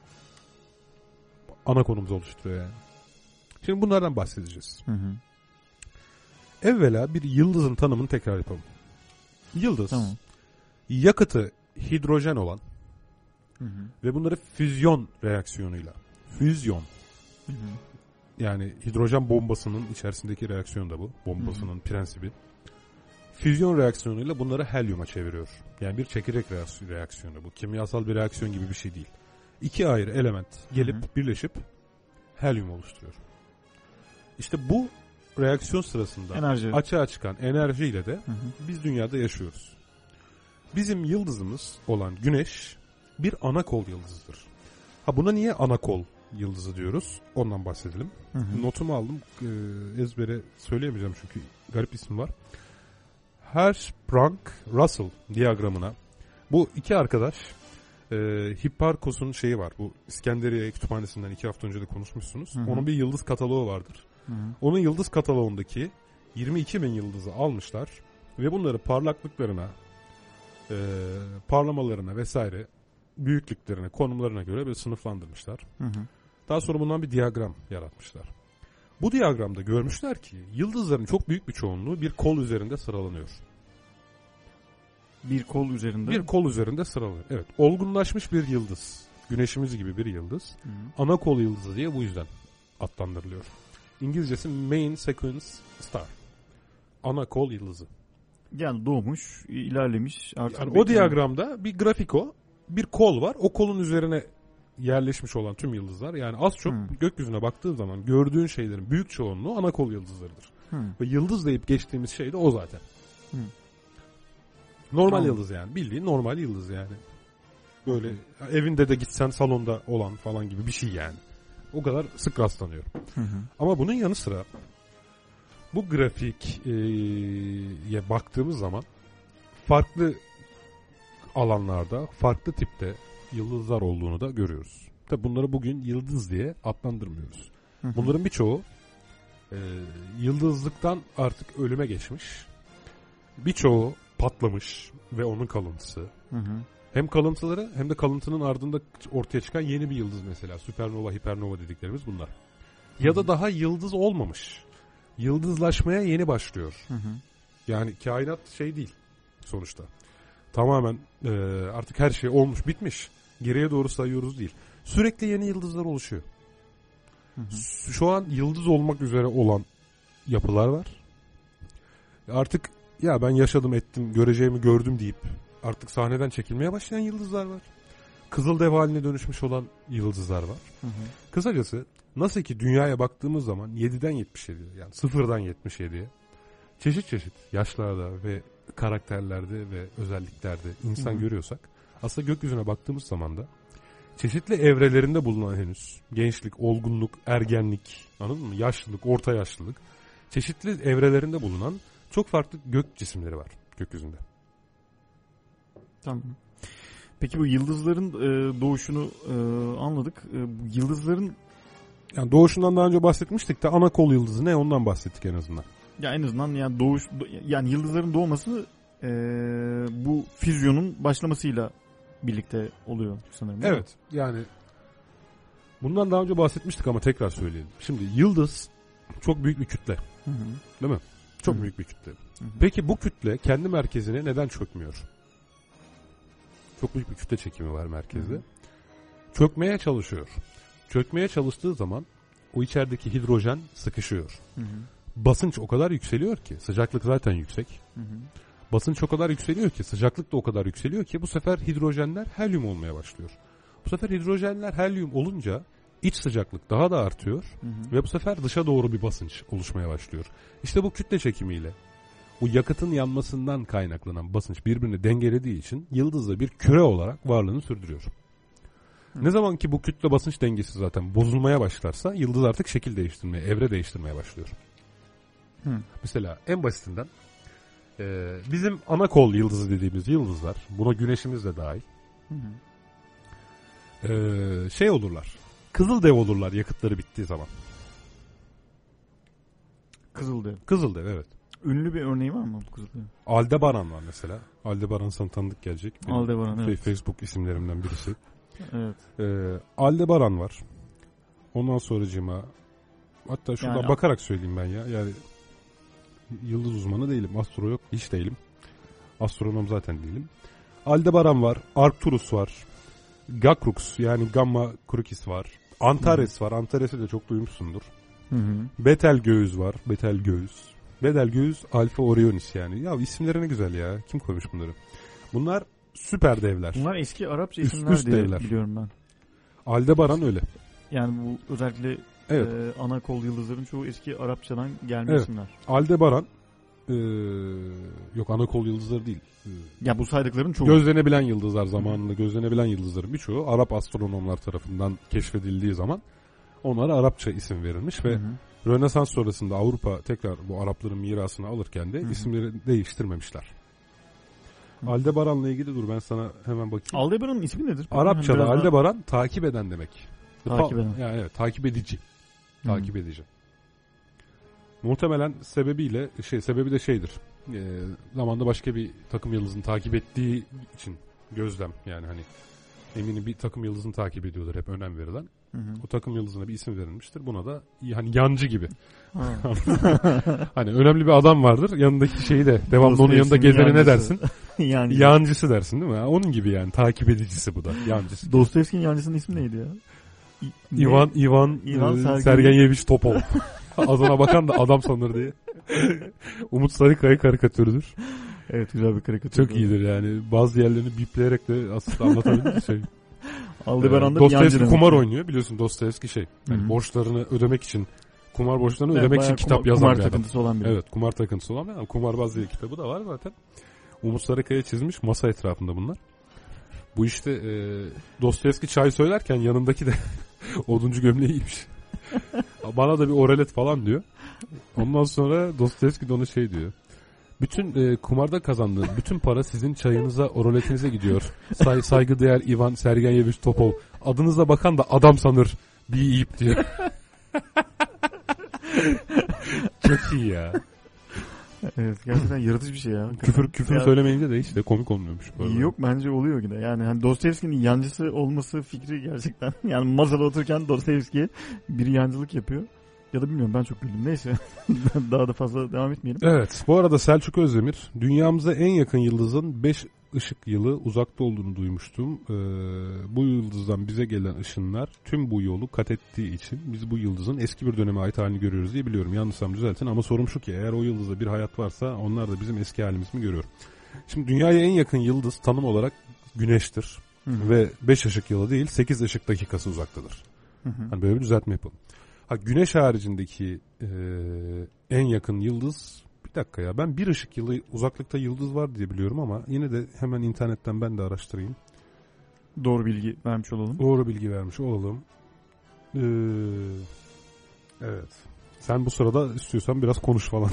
S2: ana konumuzu oluşturuyor yani. Şimdi bunlardan bahsedeceğiz.
S3: Hı hı.
S2: Evvela bir yıldızın tanımını tekrar yapalım. Yıldız,
S3: Tamam.
S2: yakıtı hidrojen olan
S3: Hı hı.
S2: ve bunları füzyon reaksiyonuyla, füzyon,
S3: Hı hı.
S2: yani hidrojen bombasının içerisindeki reaksiyon da bu, bombasının prensibi. Füzyon reaksiyonuyla bunları helyuma çeviriyor. Yani bir çekirdek reaksiyonu bu. Kimyasal bir reaksiyon gibi bir şey değil. İki ayrı element gelip
S3: Hı hı.
S2: birleşip helyum oluşturuyor. İşte bu reaksiyon sırasında
S3: Enerji.
S2: açığa çıkan enerjiyle de
S3: Hı hı.
S2: biz dünyada yaşıyoruz. Bizim yıldızımız olan Güneş bir ana kol yıldızıdır. Ha buna niye ana kol yıldızı diyoruz? Ondan bahsedelim.
S3: Hı hı.
S2: Notumu aldım. Ee, ezbere söyleyemeyeceğim çünkü garip isim var. Hertzsprung-Russell diyagramına bu iki arkadaş e, Hipparcos'un şeyi var. Bu İskenderiye kütüphanesinden iki hafta önce de konuşmuşsunuz.
S3: Hı hı.
S2: Onun bir yıldız kataloğu vardır.
S3: Hı hı.
S2: Onun yıldız kataloğundaki yirmi iki bin yıldızı almışlar ve bunları parlaklıklarına, e, parlamalarına vesaire büyüklüklerine, konumlarına göre böyle sınıflandırmışlar.
S3: Hı hı.
S2: Daha sonra bundan bir diyagram yaratmışlar. Bu diyagramda görmüşler ki yıldızların çok büyük bir çoğunluğu bir kol üzerinde sıralanıyor.
S3: Bir kol üzerinde.
S2: Bir kol üzerinde sıralanıyor. Evet, olgunlaşmış bir yıldız, Güneşimiz gibi bir yıldız,
S3: Hı hı.
S2: ana kol yıldızı diye bu yüzden adlandırılıyor. İngilizcesi Main Sequence Star. Ana kol yıldızı.
S3: Yani doğmuş, ilerlemiş. Artık
S2: Yani
S3: bir-
S2: o diyagramda bir grafik o. Bir kol var. O kolun üzerine yerleşmiş olan tüm yıldızlar. Yani az çok
S3: Hmm.
S2: gökyüzüne baktığın zaman gördüğün şeylerin büyük çoğunluğu ana kol yıldızlarıdır.
S3: Hı.
S2: Ve yıldız deyip geçtiğimiz şey de o zaten.
S3: Hmm.
S2: Normal
S3: Tamam.
S2: yıldız yani. Bildiğin normal yıldız yani. Böyle evinde de gitsen salonda olan falan gibi bir şey yani. O kadar sık rastlanıyor.
S3: Hı hı.
S2: Ama bunun yanı sıra bu grafiğe baktığımız zaman farklı alanlarda, farklı tipte yıldızlar olduğunu da görüyoruz. Tabi bunları bugün yıldız diye adlandırmıyoruz.
S3: Hı hı.
S2: Bunların birçoğu e, yıldızlıktan artık ölüme geçmiş. Birçoğu patlamış ve onun kalıntısı.
S3: Hı hı.
S2: Hem kalıntıları hem de kalıntının ardında ortaya çıkan yeni bir yıldız mesela. Süpernova, hipernova dediklerimiz bunlar. Ya da daha yıldız olmamış. Yıldızlaşmaya yeni başlıyor.
S3: Hı hı.
S2: Yani kainat şey değil sonuçta. Tamamen e, artık her şey olmuş bitmiş. Geriye doğru sayıyoruz değil. Sürekli yeni yıldızlar oluşuyor.
S3: Hı hı.
S2: Şu an yıldız olmak üzere olan yapılar var. Artık ya ben yaşadım ettim göreceğimi gördüm deyip artık sahneden çekilmeye başlayan yıldızlar var. Kızıldev haline dönüşmüş olan yıldızlar var. Hı hı. Kısacası nasıl ki dünyaya baktığımız zaman yediden yetmiş yediye yani sıfırdan yetmiş yediye çeşit çeşit yaşlarda ve karakterlerde ve özelliklerde insan hı hı. görüyorsak aslında gökyüzüne baktığımız zaman da çeşitli evrelerinde bulunan henüz gençlik, olgunluk, ergenlik, anladın mı? Yaşlılık, orta yaşlılık çeşitli evrelerinde bulunan çok farklı gök cisimleri var gökyüzünde.
S3: Tamam. Peki bu yıldızların e, doğuşunu e, anladık. E, bu yıldızların
S2: yani doğuşundan daha önce bahsetmiştik de ana kol yıldızı ne ondan bahsettik en azından.
S3: Ya en azından yani doğuş yani yıldızların doğması e, bu füzyonun başlamasıyla birlikte oluyor sanırım.
S2: Evet. Yani bundan daha önce bahsetmiştik ama tekrar söyleyelim. Şimdi yıldız çok büyük bir kütle. Hı hı. Değil mi? Çok hı hı. büyük bir kütle. Hı hı. Peki bu kütle kendi merkezine neden çökmüyor? Çok büyük bir kütle çekimi var merkezde. Hı hı. Çökmeye çalışıyor. Çökmeye çalıştığı zaman o içerideki hidrojen sıkışıyor. Hı hı. Basınç o kadar yükseliyor ki, sıcaklık zaten yüksek. Hı hı. Basınç o kadar yükseliyor ki, sıcaklık da o kadar yükseliyor ki bu sefer hidrojenler helyum olmaya başlıyor. Bu sefer hidrojenler helyum olunca iç sıcaklık daha da artıyor hı hı. ve bu sefer dışa doğru bir basınç oluşmaya başlıyor. İşte bu kütle çekimiyle bu yakıtın yanmasından kaynaklanan basınç birbirini dengelediği için yıldız da bir küre olarak varlığını sürdürüyor. Hı. Ne zaman ki bu kütle basınç dengesi zaten bozulmaya başlarsa yıldız artık şekil değiştirmeye, evre değiştirmeye başlıyor. Hı. Mesela en basitinden e, bizim ana kol yıldızı dediğimiz yıldızlar, buna güneşimiz de dahil, hı hı. E, şey olurlar, kızıldev olurlar yakıtları bittiği zaman.
S3: Kızıldev.
S2: Kızıldev, evet.
S3: Ünlü bir örneği var mı bu Kızıldev?
S2: Aldebaran var mesela. Aldebaran sana tanıdık gelecek. Benim
S3: Aldebaran, evet.
S2: Facebook isimlerimden birisi.
S3: Evet.
S2: Ee, Aldebaran var. Ondan sonracığıma hatta şuradan yani, bakarak söyleyeyim ben ya. Yani yıldız uzmanı değilim. Astrolog hiç değilim. Astronom zaten değilim. Aldebaran var. Arcturus var. Gakrux yani Gamma Crucis var. Antares hı. var. Antares'i de çok duymuşsundur. Hı hı. Betelgeuse var. Betelgeuse. Betelgeuse Alpha Orionis yani. Ya isimleri ne güzel ya. Kim koymuş bunları? Bunlar süper devler.
S3: Bunlar eski Arapça isimler üst, üst diye devler. Biliyorum ben.
S2: Aldebaran öyle.
S3: Yani bu özellikle evet. e, ana kol yıldızların çoğu eski Arapçadan gelme
S2: evet.
S3: isimler.
S2: Aldebaran e, yok ana kol yıldızları değil.
S3: Ya bu saydıkların çoğu.
S2: Gözlenebilen yıldızlar zamanında gözlenebilen yıldızların birçoğu Arap astronomlar tarafından keşfedildiği zaman onlara Arapça isim verilmiş hı hı. ve Rönesans sonrasında Avrupa tekrar bu Arapların mirasını alırken de hı hı. isimleri değiştirmemişler. Hı. Aldebaran'la ilgili dur ben sana hemen bakayım.
S3: Aldebaran'ın ismi nedir?
S2: Arapçada yani Aldebaran daha... takip eden demek.
S3: Takip eden.
S2: Yani evet, takip edici. Hı. Takip edici. Muhtemelen sebebiyle şey sebebi de şeydir. E, zamanda başka bir takım yıldızını takip ettiği için gözlem yani hani eminim bir takım yıldızını takip ediyordur hep önem verilen. Hı hı. O takım yıldızına bir isim verilmiştir. Buna da hani yancı gibi. Hani önemli bir adam vardır. Yanındaki şeyi de devamlı onun yanında gezene ne dersin?
S3: Yancı.
S2: Yancısı dersin değil mi? Onun gibi yani takip edicisi bu da. Yancısı.
S3: Dostoyevski'nin yancısının ismi neydi ya?
S2: İ- Ivan Ivan, Ivan e, Sergeyeviç Topol. Adına bakan da adam sanır diye. Umut Sarıkaya karikatürüdür.
S3: Evet güzel bir karikatür.
S2: Çok iyidir yani. Bazı yerlerini bipleyerek de aslında anlatabilir şey.
S3: Aldebaran'da
S2: Dostoyevski kumar oynuyor biliyorsun Dostoyevski şey. Yani borçlarını ödemek için kumar borçlarını evet, ödemek için kitap kumar, yazan
S3: kumar
S2: bir adam.
S3: takıntısı olan biri.
S2: Evet kumar takıntısı olan bir adam. Kumarbaz diye kitabı da var zaten. Umut Sarıkaya çizmiş masa etrafında bunlar. Bu işte e, Dostoyevski çay söylerken yanındaki de oduncu gömleği giymiş. Bana da bir oralet falan diyor. Ondan sonra Dostoyevski de ona şey diyor. Bütün e, kumarda kazandığın bütün para sizin çayınıza, oraletinize gidiyor. Say, saygıdeğer Ivan Sergeyeviç Topol. Adınıza bakan da adam sanır. Bir yiyip diyor. Çok iyi ya.
S3: Evet gerçekten yaratıcı bir şey ya.
S2: Küfür küfür ya, söylemeyince de hiç de komik olmuyormuş.
S3: Yok bence oluyor yine. Yani hani Dostoyevski'nin yancısı olması fikri gerçekten. Yani masada otururken Dostoyevski biri yancılık yapıyor. Ya da bilmiyorum ben çok güldüm. Neyse. Daha da fazla devam etmeyelim.
S2: Evet. Bu arada Selçuk Özdemir dünyamıza en yakın yıldızın beş ışık yılı uzakta olduğunu duymuştum. Ee, bu yıldızdan bize gelen ışınlar tüm bu yolu kat ettiği için biz bu yıldızın eski bir döneme ait halini görüyoruz diye biliyorum. Yanlışsam düzeltin ama sorum şu ki eğer o yıldızda bir hayat varsa onlar da bizim eski halimizi mi görüyor? Şimdi dünyaya en yakın yıldız tanım olarak Güneş'tir.
S3: Hı hı.
S2: Ve beş ışık yılı değil sekiz ışık dakikası uzaktadır.
S3: Hı hı.
S2: Hani böyle bir düzeltme yapalım. Ha, Güneş haricindeki e, en yakın yıldız, bir dakika ya, ben bir ışık yılı uzaklıkta yıldız var diye biliyorum ama yine de hemen internetten ben de araştırayım.
S3: Doğru bilgi vermiş olalım.
S2: Doğru bilgi vermiş olalım. Ee, evet. Sen bu sırada istiyorsan biraz konuş falan.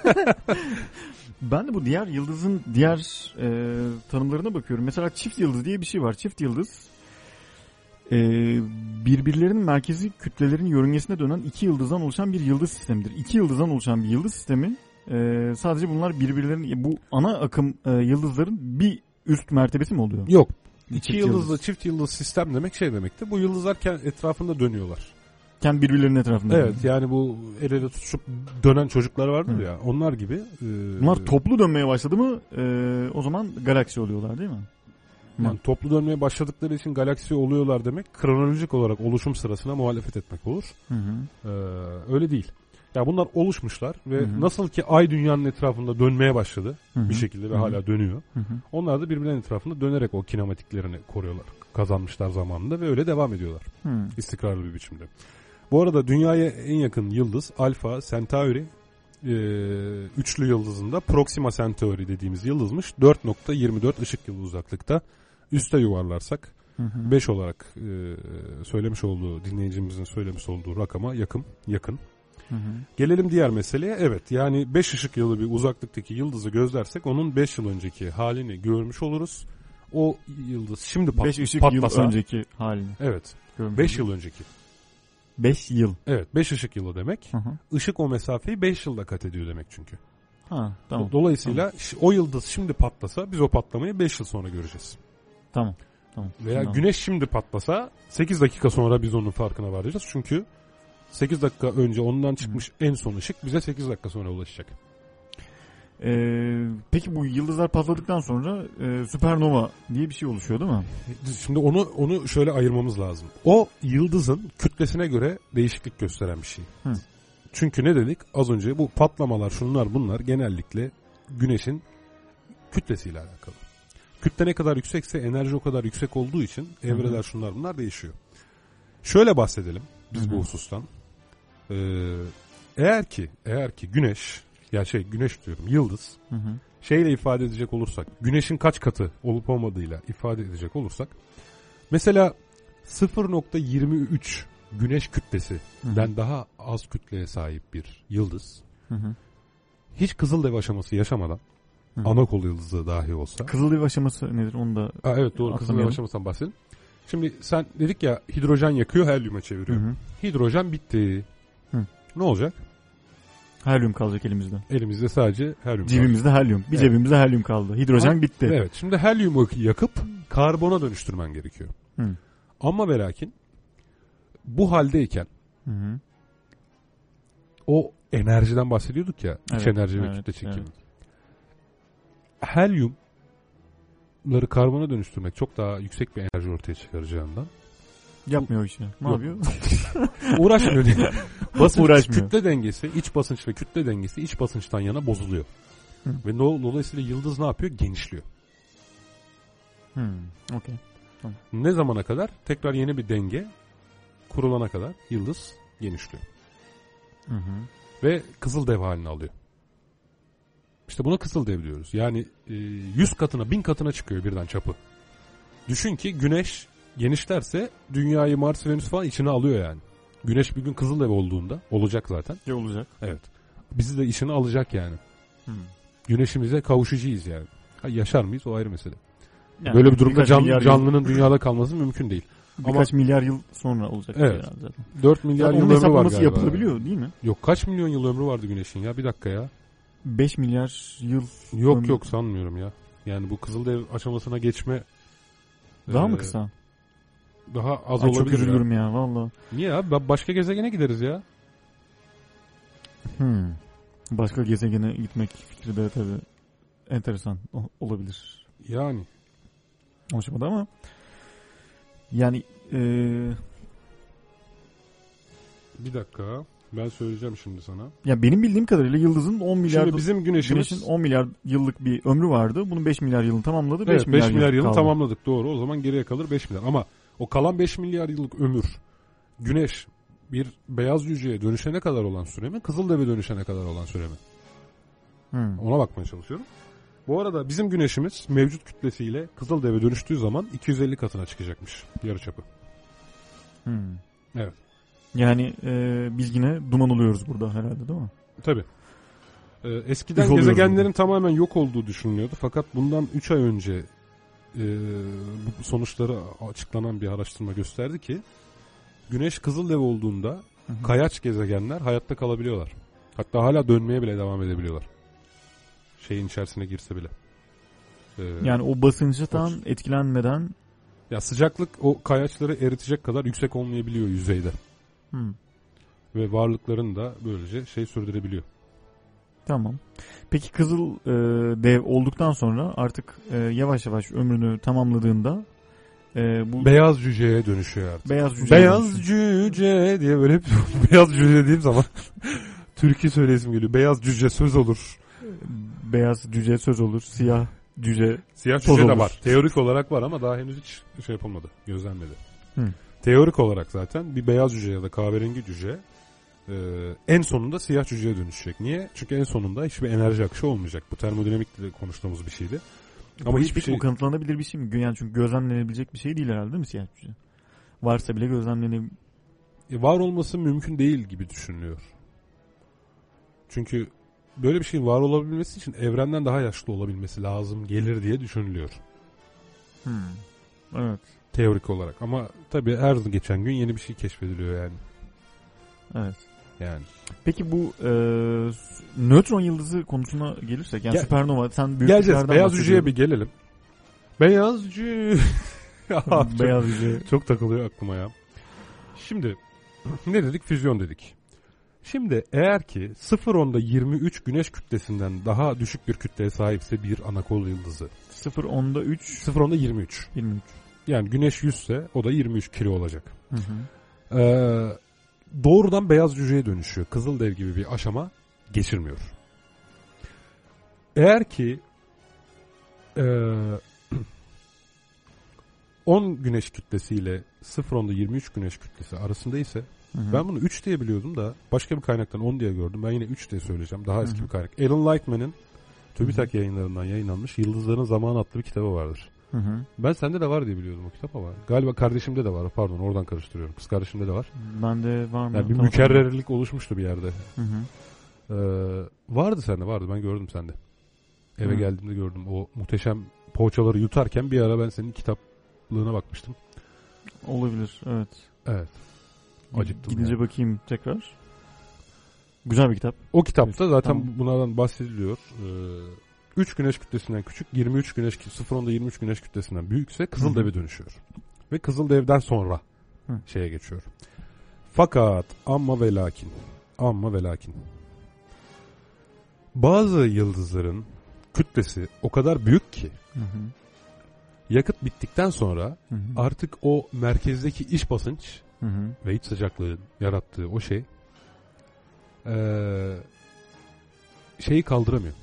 S3: Ben de bu diğer yıldızın diğer e, tanımlarına bakıyorum. Mesela çift yıldız diye bir şey var. Çift yıldız e, birbirlerinin merkezi kütlelerin yörüngesine dönen iki yıldızdan oluşan bir yıldız sistemidir. İki yıldızdan oluşan bir yıldız sistemi e, sadece bunlar birbirlerinin, bu ana akım e, yıldızların bir üst mertebesi mi oluyor?
S2: Yok.
S3: Çift
S2: İki yıldızlı çift yıldız sistem demek şey demekti. Bu yıldızlar kendi etrafında dönüyorlar.
S3: Kendi birbirlerinin etrafında.
S2: Evet, yani bu el ele tutuşup dönen çocuklar vardır
S3: Hı.
S2: ya, onlar gibi. E,
S3: Bunlar toplu dönmeye başladı mı e, o zaman galaksi oluyorlar değil mi?
S2: Yani toplu dönmeye başladıkları için galaksi oluyorlar demek, kronolojik olarak oluşum sırasına muhalefet etmek olur.
S3: Hı hı.
S2: Ee, öyle değil. Ya bunlar oluşmuşlar ve
S3: Hı hı.
S2: nasıl ki ay dünyanın etrafında dönmeye başladı
S3: Hı hı.
S2: bir şekilde ve
S3: Hı hı.
S2: hala dönüyor.
S3: Hı hı.
S2: Onlar da birbirlerinin etrafında dönerek o kinematiklerini koruyorlar. Kazanmışlar zamanında ve öyle devam ediyorlar.
S3: Hı.
S2: İstikrarlı bir biçimde. Bu arada dünyaya en yakın yıldız Alpha Centauri e, üçlü yıldızında Proxima Centauri dediğimiz yıldızmış. dört nokta yirmi dört ışık yılı uzaklıkta. Üste yuvarlarsak
S3: Hı hı.
S2: beş olarak e, söylemiş olduğu, dinleyicimizin söylemiş olduğu rakama yakın. yakın.
S3: Hı hı.
S2: Gelelim diğer meseleye. Evet, yani beş ışık yılı bir uzaklıktaki yıldızı gözlersek onun beş yıl önceki halini görmüş oluruz. O yıldız şimdi pat-
S3: beş ışık
S2: patlasa.
S3: yıl önceki halini.
S2: Evet.
S3: Görmüş
S2: beş
S3: olduk.
S2: yıl önceki.
S3: beş yıl.
S2: Evet, beş ışık yılı demek.
S3: Hı hı.
S2: Işık o mesafeyi beş yılda kat ediyor demek çünkü.
S3: Ha, tamam.
S2: Dolayısıyla ş- o yıldız şimdi patlasa biz o patlamayı beş yıl sonra göreceğiz.
S3: Tamam. Tamam.
S2: Veya
S3: Tamam.
S2: güneş şimdi patlasa sekiz dakika sonra biz onun farkına varacağız. Çünkü sekiz dakika önce ondan çıkmış Hı. en son ışık bize sekiz dakika sonra ulaşacak.
S3: Ee, peki bu yıldızlar patladıktan sonra e, süpernova diye bir şey oluşuyor değil mi?
S2: Şimdi onu onu şöyle ayırmamız lazım. O yıldızın kütlesine göre değişiklik gösteren bir şey.
S3: Hı.
S2: Çünkü ne dedik az önce, bu patlamalar şunlar bunlar genellikle güneşin kütlesiyle alakalı. Kütle ne kadar yüksekse enerji o kadar yüksek olduğu için evreler şunlar bunlar değişiyor. Şöyle bahsedelim biz Hı-hı. bu husustan. Ee, eğer ki eğer ki güneş, ya şey güneş diyorum yıldız, Hı-hı. şeyle ifade edecek olursak, güneşin kaç katı olup olmadığıyla ifade edecek olursak, mesela sıfır nokta yirmi üç güneş kütlesinden Hı-hı. daha az kütleye sahip bir yıldız, Hı-hı. hiç kızıldev aşaması yaşamadan, Hı-hı. Anakol yıldızı dahi olsa.
S3: Kızıldev aşaması nedir onu da?
S2: Aa, evet doğru, kızıldev aşamasından bahsedin. Şimdi sen dedik ya, hidrojen yakıyor, helyuma çeviriyor. Hı-hı. Hidrojen bitti. Hı. Ne olacak?
S3: Helyum kalacak elimizde.
S2: Elimizde sadece helyum.
S3: Cebimizde helyum. Bir evet. cebimizde helyum kaldı. Hidrojen ha, bitti.
S2: Evet. Şimdi helyumu yakıp karbona dönüştürmen gerekiyor. Hı. Ama ve lakin bu haldeyken Hı-hı. o enerjiden bahsediyorduk ya. Evet, iç enerji ve evet, kütle çekimi. Evet. Helyumları karbona dönüştürmek çok daha yüksek bir enerji ortaya çıkaracağından.
S3: Yapmıyor işi. Ne Yok. yapıyor?
S2: Uğraşmıyor diye. Basınç,
S3: Uğraşmıyor.
S2: kütle dengesi, iç basınç ve kütle dengesi iç basınçtan yana bozuluyor. Hı. Ve dolayısıyla yıldız ne yapıyor? Genişliyor.
S3: Hmm, okay. Tamam.
S2: Ne zamana kadar? Tekrar yeni bir denge kurulana kadar yıldız genişliyor. Hı hı. Ve kızıldev halini alıyor. İşte buna kızıldev diyoruz. Yani yüz katına, bin katına çıkıyor birden çapı. Düşün ki güneş genişlerse dünyayı, Mars, Venüs falan içine alıyor yani. Güneş bir gün kızıldev olduğunda, olacak zaten.
S3: Ya olacak.
S2: Evet. Bizi de içine alacak yani. Hmm. Güneşimize kavuşacağız yani. Ha, yaşar mıyız? O ayrı mesele. Yani böyle bir durumda can, canlının yıl... dünyada kalması mümkün değil.
S3: Birkaç Ama, milyar yıl sonra olacak.
S2: Evet. Zaten. dört milyar yani yıl ömrü var galiba.
S3: Yapılabiliyor değil mi?
S2: Yok, kaç milyon yıl ömrü vardı güneşin ya? Bir dakika ya.
S3: beş milyar yıl.
S2: Yok
S3: ömrü...
S2: yok sanmıyorum ya. Yani bu kızıldev aşamasına geçme.
S3: Daha e, mı kısa?
S2: Daha az
S3: Ay,
S2: olabilir.
S3: Çok üzülürüm ya, ya valla.
S2: Niye ya? Başka gezegene gideriz ya.
S3: Hmm. Başka gezegene gitmek fikri de tabii enteresan olabilir.
S2: Yani.
S3: O aşamada ama yani ee...
S2: bir dakika. Ben söyleyeceğim şimdi sana.
S3: Ya benim bildiğim kadarıyla yıldızın on milyar
S2: Şimdi bizim güneşimiz
S3: güneşin on milyar yıllık bir ömrü vardı. Bunun beş milyar yılını tamamladı. beş
S2: evet,
S3: milyar,
S2: beş milyar
S3: yıl
S2: yılını
S3: kaldı.
S2: tamamladık, doğru. O zaman geriye kalır beş milyar. Ama o kalan beş milyar yıllık ömür güneş bir beyaz cüceye dönüşene kadar olan süre mi? Kızıldeve dönüşene kadar olan süre mi?
S3: Hmm.
S2: Ona bakmaya çalışıyorum. Bu arada bizim güneşimiz mevcut kütlesiyle Kızıldeve dönüştüğü zaman iki yüz elli katına çıkacakmış yarıçapı.
S3: Hmm.
S2: Evet.
S3: Yani e, biz yine duman oluyoruz burada herhalde, değil mi?
S2: Tabii. Ee, eskiden
S3: Üf
S2: gezegenlerin
S3: oluyoruz.
S2: tamamen yok olduğu düşünülüyordu. Fakat bundan üç ay önce e, bu sonuçları açıklanan bir araştırma gösterdi ki Güneş Kızıldeve olduğunda
S3: Hı hı.
S2: kayaç gezegenler hayatta kalabiliyorlar. Hatta hala dönmeye bile devam edebiliyorlar. Şeyin içerisine girse bile. Ee,
S3: Yani o basınçtan etkilenmeden.
S2: ya sıcaklık o kayaçları eritecek kadar yüksek olmayabiliyor yüzeyde.
S3: Hmm.
S2: Ve varlıklarını da böylece şey sürdürebiliyor.
S3: Tamam. Peki kızıl e, dev olduktan sonra artık e, yavaş yavaş ömrünü tamamladığında e, bu
S2: Beyaz cüceye dönüşüyor artık.
S3: beyaz cüce
S2: Beyaz cüce diye böyle hep beyaz cüce dediğim zaman türkü söyleyesim geliyor. Beyaz cüce söz olur.
S3: beyaz cüce söz olur, siyah cüce.
S2: Siyah
S3: Toz
S2: cüce de
S3: olur.
S2: var. Teorik olarak var ama daha henüz hiç şey yapılmadı. Gözlenmedi.
S3: Hı.
S2: Teorik olarak zaten bir beyaz cüce ya da kahverengi cüce e, en sonunda siyah cüceye dönüşecek. Niye? Çünkü en sonunda hiçbir enerji akışı olmayacak. Bu termodinamikle konuştuğumuz bir şeydi. Ama
S3: Bu
S2: hiçbir
S3: peki
S2: şey...
S3: o kanıtlanabilir bir şey mi? Yani çünkü gözlemlenebilecek bir şey değil herhalde, değil mi siyah cüce? Varsa bile gözlemlenebilir.
S2: E, var olması mümkün değil gibi düşünülüyor. Çünkü böyle bir şeyin var olabilmesi için evrenden daha yaşlı olabilmesi lazım gelir diye düşünülüyor.
S3: Hmm. Evet.
S2: Teorik olarak. Ama tabii her geçen gün yeni bir şey keşfediliyor yani.
S3: Evet.
S2: Yani.
S3: Peki bu e, nötron yıldızı konusuna gelirsek, yani
S2: Gel-
S3: süpernova, sen büyük
S2: Geleceğiz.
S3: güçlerden
S2: Beyaz cüceye bir
S3: bahsediyordun.
S2: gelelim. Beyaz cüce. çok,
S3: Beyaz cüce.
S2: çok takılıyor aklıma ya. Şimdi ne dedik? Füzyon dedik. Şimdi eğer ki sıfır onda yirmi üç güneş kütlesinden daha düşük bir kütleye sahipse bir anakol yıldızı.
S3: sıfır onda üç
S2: sıfır onda yirmi üç.
S3: yirmi üç.
S2: Yani güneş yüz ise o da yirmi üç kilo olacak.
S3: Hı hı.
S2: Ee, doğrudan beyaz cüceye dönüşüyor. Kızıldev gibi bir aşama geçirmiyor. Eğer ki ee, on güneş kütlesiyle sıfır onda yirmi üç güneş kütlesi arasında ise
S3: Hı hı.
S2: ben bunu üç diye biliyordum da başka bir kaynaktan on diye gördüm. Ben yine üç diye söyleyeceğim. Daha eski
S3: Hı hı.
S2: bir kaynak. Alan Lightman'ın TÜBİTAK yayınlarından yayınlanmış Yıldızların Zamanı adlı bir kitabı vardır.
S3: Hı hı.
S2: Ben sende de var diye biliyordum o kitap ama galiba kardeşimde de var. Pardon, oradan karıştırıyorum. Kız kardeşimde de var.
S3: Bende var mı?
S2: Yani bir
S3: Tamam.
S2: mükerrerlik oluşmuştu bir yerde.
S3: Hı hı.
S2: Ee, vardı sende, vardı. Ben gördüm sende. Eve
S3: Hı.
S2: geldiğimde gördüm. O muhteşem poğaçaları yutarken bir ara ben senin kitaplığına bakmıştım.
S3: Olabilir, evet.
S2: Evet. Acıktım
S3: Gidince
S2: yani.
S3: bakayım tekrar. Güzel bir kitap.
S2: O kitapta zaten
S3: Tamam.
S2: bunlardan bahsediliyor. Ee, üç güneş kütlesinden küçük, yirmi üç güneş sıfır onda yirmi üç güneş kütlesinden büyükse Kızıldev'e dönüşüyor. Ve Kızıldev'den sonra
S3: Hı.
S2: şeye geçiyor. Fakat amma ve lakin amma ve lakin bazı yıldızların kütlesi o kadar büyük ki
S3: Hı hı.
S2: yakıt bittikten sonra
S3: Hı hı.
S2: artık o merkezdeki iç basınç
S3: Hı hı.
S2: ve iç sıcaklığın yarattığı o şey ee, şeyi kaldıramıyor.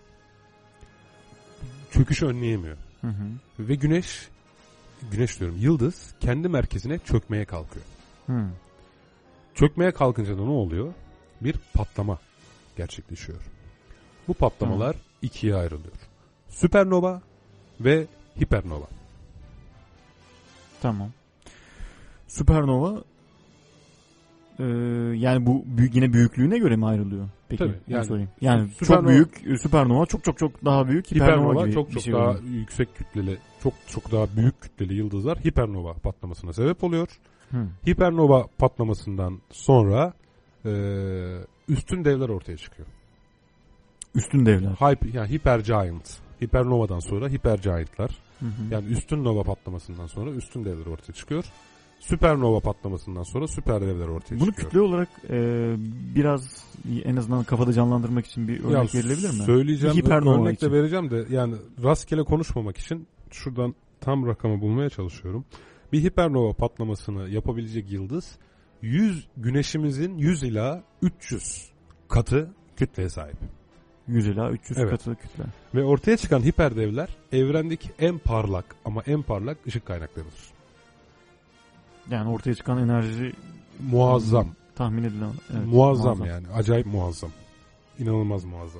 S2: Çöküşü önleyemiyor.
S3: Hı hı.
S2: Ve güneş, güneş diyorum, yıldız kendi merkezine çökmeye kalkıyor.
S3: Hı.
S2: Çökmeye kalkınca da ne oluyor? Bir patlama gerçekleşiyor. Bu patlamalar ikiye ayrılıyor. Süpernova ve hipernova.
S3: Tamam. Süpernova e, yani bu büyük, yine büyüklüğüne göre mi ayrılıyor? Peki,
S2: Tabii,
S3: onu
S2: yani
S3: sorayım. Yani
S2: süpernova-
S3: çok büyük e, süpernova çok çok çok daha büyük hipernova,
S2: Hipernova
S3: gibi
S2: çok
S3: bir
S2: çok
S3: şey
S2: daha
S3: oluyor.
S2: yüksek kütleli, çok çok daha büyük kütleli yıldızlar hipernova patlamasına sebep oluyor.
S3: Hı.
S2: Hipernova patlamasından sonra e, üstün devler ortaya çıkıyor.
S3: Üstün devler.
S2: Hype, yani hipergiant. Hipernova'dan sonra hipergiantlar.
S3: Hı hı.
S2: Yani üstün nova patlamasından sonra üstün devler ortaya çıkıyor. Süpernova patlamasından sonra süper devler ortaya
S3: Bunu
S2: çıkıyor.
S3: kütle olarak e, biraz en azından kafada canlandırmak için bir örnek
S2: Ya,
S3: verilebilir mi?
S2: söyleyeceğim,
S3: Bir hipernova
S2: örnek de
S3: için.
S2: vereceğim de yani rastgele konuşmamak için şuradan tam rakamı bulmaya çalışıyorum. Bir hipernova patlamasını yapabilecek yıldız yüz güneşimizin yüz ila üç yüz katı kütleye sahip.
S3: yüz ila üç yüz
S2: Evet.
S3: katı kütle.
S2: Ve ortaya çıkan hiperdevler evrendeki en parlak ama en parlak ışık kaynaklarıdır.
S3: Yani ortaya çıkan enerji
S2: Muazzam.
S3: tahmin edilen. Evet,
S2: muazzam yani. Acayip muazzam. İnanılmaz muazzam.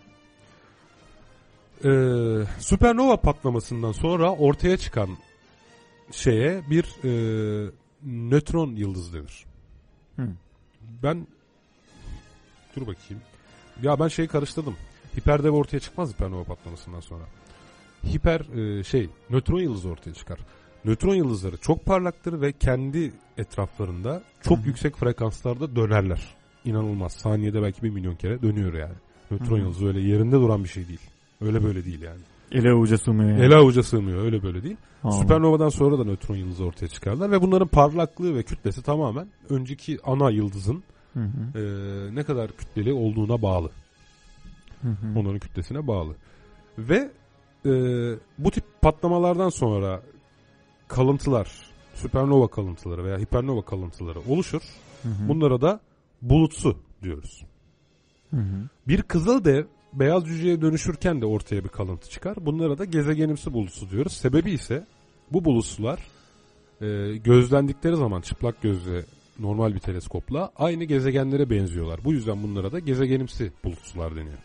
S2: Ee, süpernova patlamasından sonra ortaya çıkan şeye bir e, nötron yıldız denir.
S3: Hı.
S2: Ben dur bakayım. Ya ben şeyi karıştırdım. Hiperdev ortaya çıkmaz süpernova patlamasından sonra. Hiper e, şey nötron yıldızı ortaya çıkar. Nötron yıldızları çok parlaktır ve kendi etraflarında çok
S3: Hı-hı.
S2: yüksek frekanslarda dönerler. İnanılmaz. Saniyede belki bir milyon kere dönüyor yani. Nötron
S3: Hı-hı.
S2: yıldızı öyle yerinde duran bir şey değil. Öyle böyle değil yani.
S3: Ele avuca sığmıyor yani.
S2: Ele avuca sığmıyor. Öyle böyle değil.
S3: Aa.
S2: Süpernovadan sonra da nötron yıldızı ortaya çıkarlar ve bunların parlaklığı ve kütlesi tamamen önceki ana yıldızın
S3: Hı hı.
S2: e, ne kadar kütleli olduğuna bağlı.
S3: Hı hı.
S2: Onların kütlesine bağlı. Ve e, bu tip patlamalardan sonra kalıntılar, süpernova kalıntıları veya hipernova kalıntıları oluşur.
S3: Hı hı.
S2: Bunlara da bulutsu diyoruz.
S3: Hı hı.
S2: Bir kızıldev beyaz cüceye dönüşürken de ortaya bir kalıntı çıkar. Bunlara da gezegenimsi bulutsu diyoruz. Sebebi ise bu bulutsular e, gözlendikleri zaman çıplak gözle normal bir teleskopla aynı gezegenlere benziyorlar. Bu yüzden bunlara da gezegenimsi bulutsular deniyor.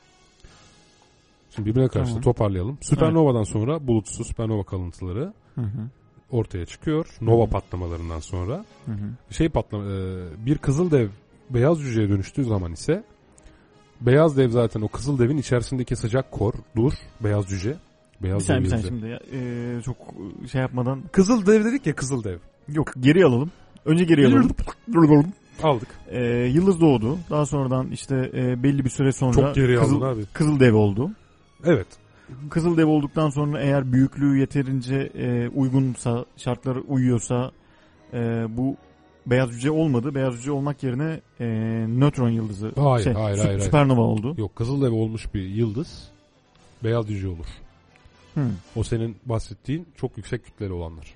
S2: Şimdi birbirine karşı
S3: Tamam.
S2: toparlayalım. Süpernova'dan sonra bulutsu süpernova kalıntıları
S3: Hı hı.
S2: ortaya çıkıyor. Nova
S3: Hı hı.
S2: patlamalarından sonra.
S3: Hı hı.
S2: Şey patlama, e, bir kızıldev beyaz cüceye dönüştüğü zaman ise beyaz dev zaten o kızıldevin içerisindeki sıcak kor, dur, beyaz cüce. Beyaz
S3: Bir saniye bir
S2: dev
S3: saniye
S2: yıldızı.
S3: şimdi ya, e, çok şey yapmadan.
S2: Kızıldev dedik ya kızıldev.
S3: Yok geri alalım. Önce geri alalım.
S2: Aldık.
S3: E, yıldız doğdu. Daha sonradan işte e, belli bir süre sonra
S2: Çok geri
S3: kızıl,
S2: aldın abi.
S3: Kızıldev oldu.
S2: Evet.
S3: Kızıldev olduktan sonra eğer büyüklüğü yeterince e, uygunsa, şartları uyuyorsa e, bu beyaz cüce olmadı. Beyaz cüce olmak yerine e, nötron yıldızı,
S2: Hayır,
S3: şey,
S2: hayır,
S3: sü-
S2: hayır, hayır.
S3: süpernova oldu.
S2: Yok kızıldev olmuş bir yıldız beyaz cüce olur.
S3: Hı.
S2: O senin bahsettiğin çok yüksek kütleli olanlar.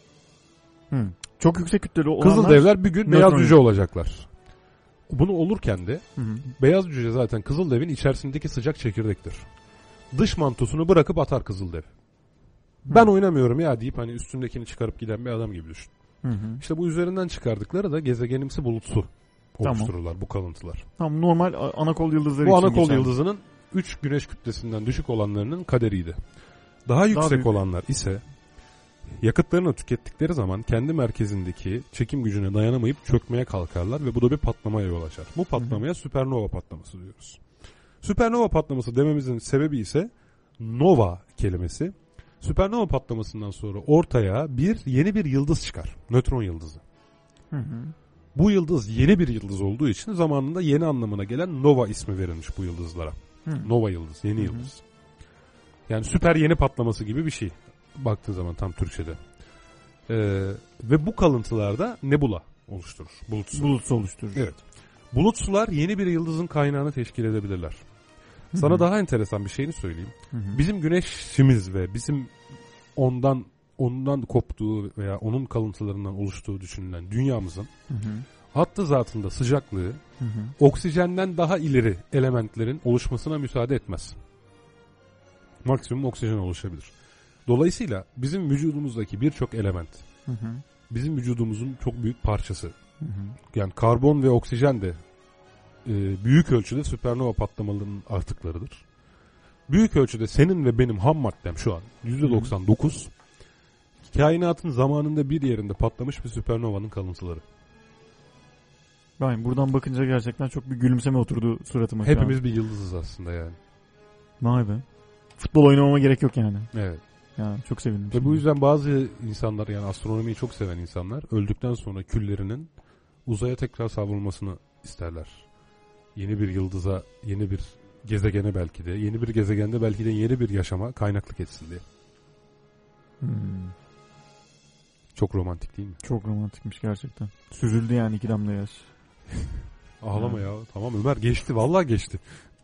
S3: Hı. Çok yüksek kütleli olanlar.
S2: Kızıldevler bir gün
S3: nötron
S2: beyaz
S3: yıldızı.
S2: cüce olacaklar. Bunu olurken de
S3: Hı hı.
S2: beyaz cüce zaten kızıldevin içerisindeki sıcak çekirdektir. Dış mantosunu bırakıp atar kızıldev. Ben oynamıyorum ya deyip hani üstündekini çıkarıp giden bir adam gibi düşün.
S3: Hı hı.
S2: İşte bu üzerinden çıkardıkları da gezegenimsi bulutsu
S3: Tamam.
S2: oluştururlar bu kalıntılar.
S3: Tamam, normal a- anakol yıldızları
S2: Bu
S3: için
S2: anakol
S3: geçerli.
S2: yıldızının üç güneş kütlesinden düşük olanlarının kaderiydi. Daha yüksek
S3: büyük.
S2: olanlar ise yakıtlarını tükettikleri zaman kendi merkezindeki çekim gücüne dayanamayıp çökmeye kalkarlar ve bu da bir patlamaya yol açar. Bu patlamaya süpernova patlaması diyoruz. Süpernova patlaması dememizin sebebi ise nova kelimesi. Süpernova patlamasından sonra ortaya bir yeni bir yıldız çıkar. Nötron yıldızı.
S3: Hı hı.
S2: Bu yıldız yeni bir yıldız olduğu için zamanında yeni anlamına gelen nova ismi verilmiş bu yıldızlara.
S3: Hı.
S2: Nova yıldız, yeni
S3: Hı hı.
S2: yıldız. Yani süper yeni patlaması gibi bir şey. Baktığı zaman tam Türkçe'de. Ee, ve bu kalıntılarda nebula oluşturur. Bulutsu.
S3: Bulutsu oluşturur.
S2: Evet. Bulutsular yeni bir yıldızın kaynağını teşkil edebilirler.
S3: Hı
S2: Sana
S3: hı.
S2: daha enteresan bir şeyini söyleyeyim.
S3: Hı hı.
S2: Bizim güneşimiz ve bizim ondan ondan koptuğu veya onun kalıntılarından oluştuğu düşünülen dünyamızın
S3: Hı hı.
S2: hattı zatında sıcaklığı
S3: Hı hı.
S2: oksijenden daha ileri elementlerin oluşmasına müsaade etmez. Maksimum oksijen oluşabilir. Dolayısıyla bizim vücudumuzdaki birçok element
S3: Hı hı.
S2: bizim vücudumuzun çok büyük parçası.
S3: Hı hı.
S2: Yani karbon ve oksijen de e, büyük ölçüde süpernova patlamalarının artıklarıdır. Büyük ölçüde senin ve benim ham maddem şu an yüzde doksan dokuz kainatın zamanında bir yerinde patlamış bir süpernovanın kalıntıları.
S3: Yani buradan bakınca gerçekten çok bir gülümseme oturdu suratıma şu an.
S2: Hepimiz bir yıldızız aslında yani.
S3: Vay be. Futbol oynamama gerek yok yani.
S2: Evet.
S3: Yani çok sevindim.
S2: Ve
S3: şimdi.
S2: bu yüzden bazı insanlar yani astronomiyi çok seven insanlar öldükten sonra küllerinin uzaya tekrar savrulmasını isterler. Yeni bir yıldıza, yeni bir gezegene belki de, yeni bir gezegende belki de yeni bir yaşama kaynaklık etsin diye.
S3: Hmm.
S2: Çok romantik değil mi?
S3: Çok romantikmiş gerçekten. Süzüldü yani iki damla yaş.
S2: Ağlama ya. Tamam Ömer geçti. Vallahi geçti.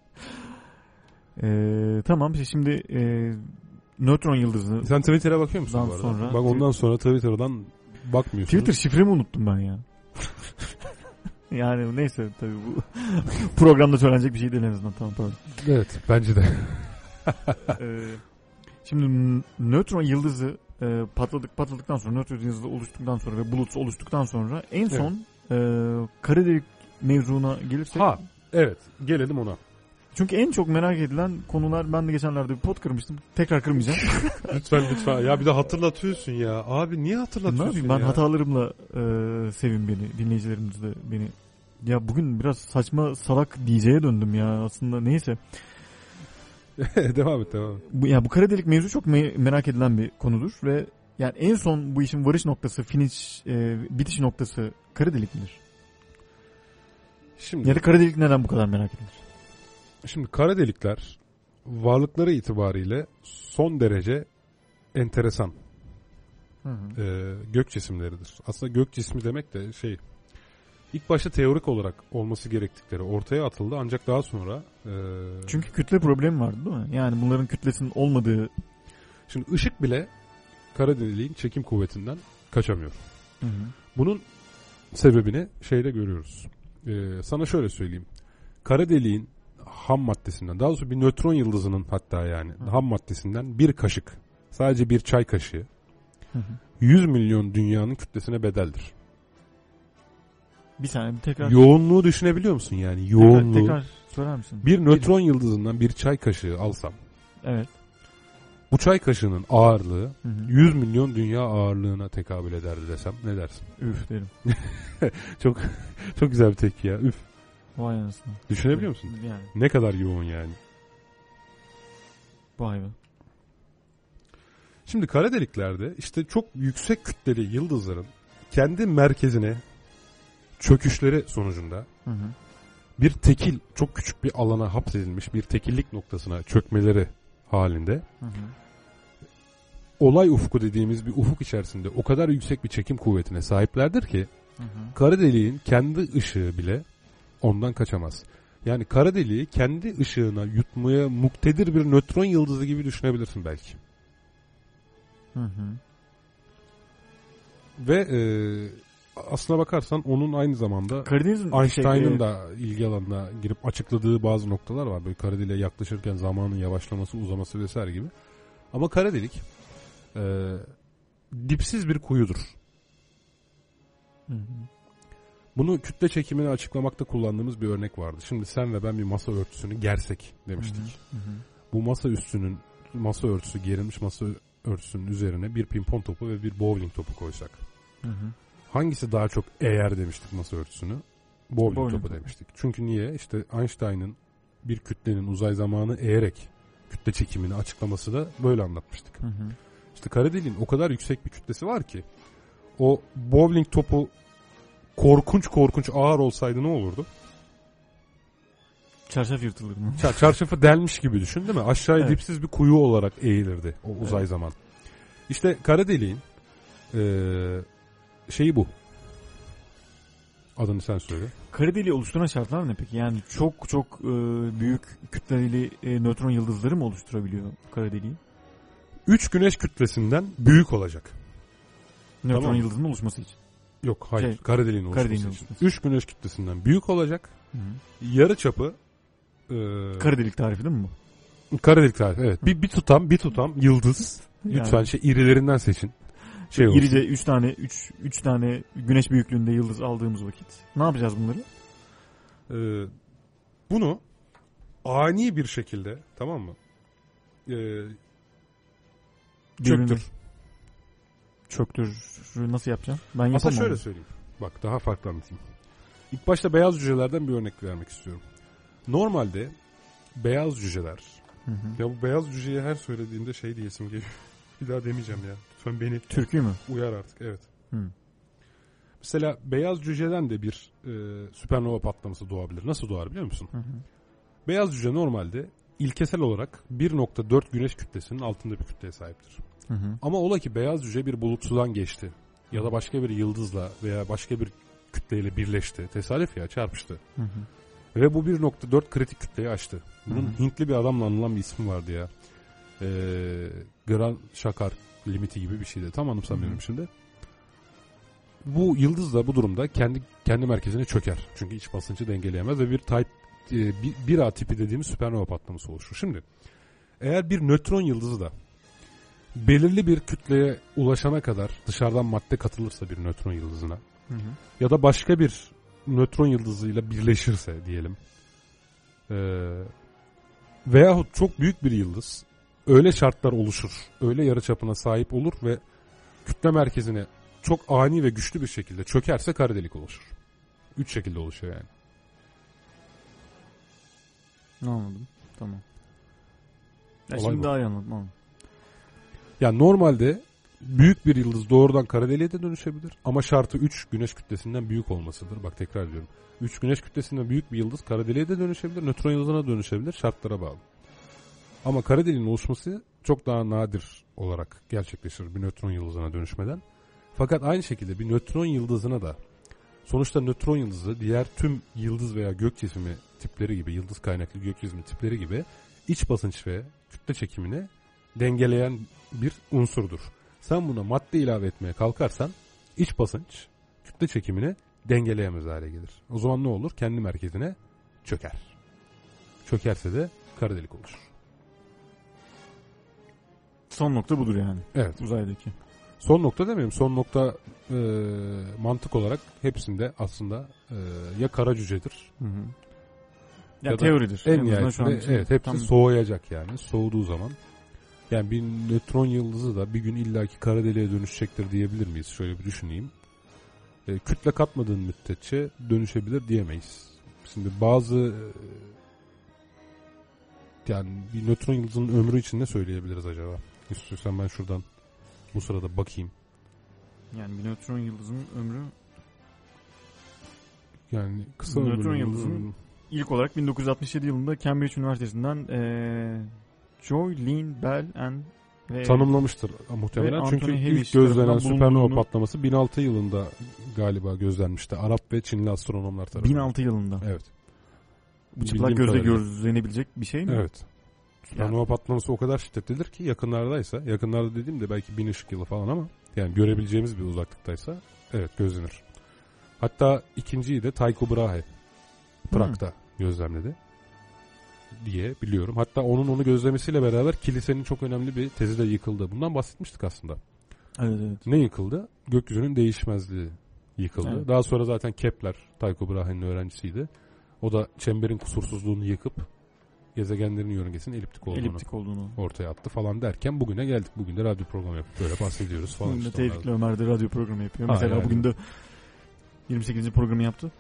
S3: Ee, tamam şimdi e, nötron yıldızı.
S2: Sen Twitter'a bakıyor musun
S3: Ondan
S2: bu arada?
S3: sonra-
S2: Bak ondan sonra Twitter'dan bakmıyorsun.
S3: Twitter şifremi unuttum ben ya. Yani neyse tabii bu programda söylenecek bir şey değil en azından. Tamam pardon.
S2: Evet bence de.
S3: Ee, şimdi nötron yıldızı e, patladık patladıktan sonra, nötron yıldızı oluştuktan sonra ve bulut oluştuktan sonra en son evet. e, kara delik mevzuna gelirsek.
S2: Ha evet gelelim ona.
S3: Çünkü en çok merak edilen konular, ben de geçenlerde bir pot kırmıştım. Tekrar kırmayacağım.
S2: Lütfen lütfen. Ya bir de hatırlatıyorsun ya. Abi niye hatırlatıyorsun
S3: ben
S2: ya?
S3: hatalarımla e, sevin beni. Dinleyicilerimiz de beni. Ya bugün biraz saçma salak D J'ye döndüm ya aslında, neyse.
S2: devam et devam et.
S3: Bu, ya bu kara delik mevzu çok me- merak edilen bir konudur ve yani en son bu işin varış noktası, finish, e, bitiş noktası kara delik midir?
S2: Şimdi,
S3: ya da kara delik neden bu kadar merak edilir?
S2: Şimdi kara delikler varlıkları itibariyle son derece enteresan
S3: hı hı.
S2: E, gök cisimleridir. Aslında gök cismi demek de şey, ilk başta teorik olarak olması gerektikleri ortaya atıldı ancak daha sonra e,
S3: çünkü kütle problemi vardı değil mi? Yani bunların kütlesinin olmadığı.
S2: Şimdi ışık bile kara deliğin çekim kuvvetinden kaçamıyor.
S3: Hı hı.
S2: Bunun sebebini şeyde görüyoruz. E, sana şöyle söyleyeyim. Kara deliğin ham maddesinden, daha doğrusu bir nötron yıldızının hatta yani hı. ham maddesinden bir kaşık, sadece bir çay kaşığı
S3: hı hı.
S2: yüz milyon dünyanın kütlesine bedeldir.
S3: Bir saniye bir tekrar.
S2: Yoğunluğu düşünebiliyor musun yani? Yoğunluğu.
S3: Tekrar, tekrar söyler misin?
S2: Bir nötron bir... yıldızından bir çay kaşığı alsam.
S3: Evet.
S2: Bu çay kaşığının ağırlığı
S3: hı hı.
S2: yüz milyon dünya ağırlığına tekabül ederdi desem ne dersin?
S3: Üf derim.
S2: çok çok güzel bir tepki ya. Üf.
S3: Vay anasını.
S2: Düşünebiliyor musun?
S3: Yani.
S2: Ne kadar yoğun yani.
S3: Vay be.
S2: Şimdi kara deliklerde işte çok yüksek kütleli yıldızların kendi merkezine çöküşleri sonucunda
S3: hı hı.
S2: bir tekil, çok küçük bir alana hapsedilmiş bir tekillik noktasına çökmeleri halinde
S3: hı hı.
S2: olay ufku dediğimiz bir ufuk içerisinde o kadar yüksek bir çekim kuvvetine sahiplerdir ki
S3: hı hı.
S2: kara deliğin kendi ışığı bile ondan kaçamaz. Yani kara deliği kendi ışığına yutmaya muktedir bir nötron yıldızı gibi düşünebilirsin belki.
S3: Hı hı.
S2: Ve e, aslına bakarsan onun aynı zamanda
S3: Karadeniz'in
S2: Einstein'ın
S3: şey,
S2: da ilgi alanına girip açıkladığı bazı noktalar var. Böyle kara deliğe yaklaşırken zamanın yavaşlaması, uzaması vesaire gibi. Ama kara delik e, dipsiz bir kuyudur.
S3: Hı hı.
S2: Bunu kütle çekimini açıklamakta kullandığımız bir örnek vardı. Şimdi sen ve ben bir masa örtüsünü gersek demiştik.
S3: Hı hı.
S2: Bu masa üstünün, masa örtüsü, gerilmiş masa örtüsünün üzerine bir pimpon topu ve bir bowling topu koysak.
S3: Hı hı.
S2: Hangisi daha çok eğer demiştik masa örtüsünü? Bowling,
S3: Bowling
S2: topu
S3: topu
S2: demiştik. Çünkü niye? İşte Einstein'ın bir kütlenin uzay zamanı eğerek kütle çekimini açıklaması da böyle anlatmıştık.
S3: Hı hı.
S2: İşte kara deliğin o kadar yüksek bir kütlesi var ki o bowling topu korkunç korkunç ağır olsaydı ne olurdu?
S3: Çarşaf yırtılır mı?
S2: Çar- çarşafı delmiş gibi düşün değil mi? Aşağıya
S3: evet.
S2: dipsiz bir kuyu olarak eğilirdi o uzay evet. zaman. İşte kara deliğin ee, şeyi bu. Adını sen söyle.
S3: Kara deliği oluşturan şartlar ne peki? Yani çok çok e, büyük kütleli e, nötron yıldızları mı oluşturabiliyor kara deliği?
S2: Üç güneş kütlesinden büyük olacak.
S3: Nötron
S2: tamam.
S3: yıldızının oluşması için.
S2: Yok hayır. Şey, kara deliğin oluşması
S3: deliğin
S2: için.
S3: oluşması.
S2: Üç güneş kütlesinden büyük olacak.
S3: Hı-hı.
S2: Yarı çapı e,
S3: kara delik tarifi değil mi bu?
S2: Kara delik tarifi evet. Bir, bir tutam bir tutam yıldız. Yani. Lütfen şey irilerinden seçin. Şey
S3: İrice üç tane üç üç tane güneş büyüklüğünde yıldız aldığımız vakit ne yapacağız bunları?
S2: Ee, bunu ani bir şekilde tamam mı? Ee, çöktür.
S3: Çöktür. Nasıl yapacağım? Ben yapamam.
S2: Aslında şöyle söyleyeyim. Bak daha farklı anlatayım. İlk başta beyaz cücelerden bir örnek vermek istiyorum. Normalde beyaz cüceler.
S3: Hı hı.
S2: Ya bu beyaz cüceyi her söylediğimde şey diyesim geliyor. Bir daha demeyeceğim ya. Lütfen beni
S3: Türkü mü?
S2: Uyar artık. Evet.
S3: Hı.
S2: Mesela beyaz cüceden de bir e, süpernova patlaması doğabilir. Nasıl doğar biliyor musun?
S3: Hı hı.
S2: Beyaz cüce normalde ilkesel olarak bir nokta dört güneş kütlesinin altında bir kütleye sahiptir.
S3: Hı hı.
S2: Ama ola ki beyaz cüce bir bulutsudan geçti. Ya da başka bir yıldızla veya başka bir kütleyle birleşti. Tesadüf ya çarpıştı.
S3: Hı hı.
S2: Ve bu bir nokta dört kritik kütleyi aştı. Bunun
S3: hı hı.
S2: Hintli bir adamla anılan bir ismi vardı ya. Ee, Gran Shakar limiti gibi bir şeydi. Tam anımsamıyorum hı hı. şimdi. bu yıldız da bu durumda kendi kendi merkezine çöker. Çünkü iç basıncı dengeleyemez ve bir type bir A tipi dediğimiz süpernova patlaması oluşur. Şimdi eğer bir nötron yıldızı da belirli bir kütleye ulaşana kadar dışarıdan madde katılırsa bir nötron yıldızına, hı hı, ya da başka bir nötron yıldızıyla birleşirse diyelim, ee, veyahut çok büyük bir yıldız öyle şartlar oluşur, öyle yarıçapına sahip olur ve kütle merkezine çok ani ve güçlü bir şekilde çökerse kara delik oluşur. Üç şekilde oluşuyor yani.
S3: Anladım. Tamam. Ya
S2: Olay
S3: şimdi
S2: bu.
S3: daha iyi anladım. Anladım.
S2: Yani normalde büyük bir yıldız doğrudan kara deliğe de dönüşebilir. Ama şartı üç güneş kütlesinden büyük olmasıdır. Bak tekrar diyorum. üç güneş kütlesinden büyük bir yıldız kara deliğe de dönüşebilir. Nötron yıldızına dönüşebilir. Şartlara bağlı. Ama kara deliğin oluşması çok daha nadir olarak gerçekleşir bir nötron yıldızına dönüşmeden. Fakat aynı şekilde bir nötron yıldızına da, sonuçta nötron yıldızı diğer tüm yıldız veya gök cismi tipleri gibi, yıldız kaynaklı gök cismi tipleri gibi iç basınç ve kütle çekimini dengeleyen bir unsurdur. Sen buna madde ilave etmeye kalkarsan iç basınç kütle çekimini dengeleyemez hale gelir. O zaman ne olur? Kendi merkezine çöker. Çökerse de kara delik oluşur.
S3: Son nokta budur yani.
S2: Evet.
S3: Uzaydaki.
S2: Son nokta demeyeyim. Son nokta e, mantık olarak hepsinde aslında e, ya kara cücedir.
S3: Hı hı. Ya,
S2: ya
S3: teoridir.
S2: En,
S3: en
S2: nihayetinde evet, hepsi
S3: tam...
S2: soğuyacak yani. Soğuduğu zaman yani bir nötron yıldızı da bir gün illaki kara deliğe dönüşecektir diyebilir miyiz? Şöyle bir düşüneyim. E, kütle katmadığın müddetçe dönüşebilir diyemeyiz. Şimdi bazı e, yani bir nötron yıldızının ömrü için ne söyleyebiliriz acaba? İstiyorsan ben şuradan bu sırada bakayım.
S3: Yani bir nötron yıldızının ömrü,
S2: yani kısa
S3: nötron
S2: ömrü
S3: yıldızının ilk olarak bin dokuz yüz altmış yedi yılında Cambridge Üniversitesi'nden ee, Joy Lynn Bell and ve
S2: tanımlamıştır muhtemelen. Çünkü ilk gözlenen süpernova patlaması bin altı yılında galiba gözlenmişti. Arap ve Çinli astronomlar tarafından.
S3: bin altı yılında.
S2: Evet.
S3: Bu çıplak gözle gözlenebilecek bir şey mi?
S2: Evet. Süpernova yani patlaması o kadar şiddetlidir ki yakınlardaysa, yakınlarda dediğim de belki bin ışık yılı falan ama yani görebileceğimiz bir uzaklıktaysa evet gözlenir. Hatta ikinciyi de Tycho Brahe Prag'da hmm. gözlemledi diye biliyorum. Hatta onun onu gözlemesiyle beraber kilisenin çok önemli bir tezi de yıkıldı. Bundan bahsetmiştik aslında.
S3: Evet, evet.
S2: Ne yıkıldı? Gökyüzünün değişmezliği yıkıldı. Evet. Daha sonra zaten Kepler, Tycho Brahe'nin öğrencisiydi. O da çemberin kusursuzluğunu yıkıp gezegenlerin yörüngesinin eliptik olduğunu,
S3: eliptik olduğunu
S2: ortaya attı falan derken bugüne geldik. Bugün de radyo programı yapıp böyle bahsediyoruz falan.
S3: Bugün de Tevfik'le Ömer de radyo programı yapıyor.
S2: Ha,
S3: Mesela
S2: yani.
S3: Bugün de yirmi sekizinci programı yaptı.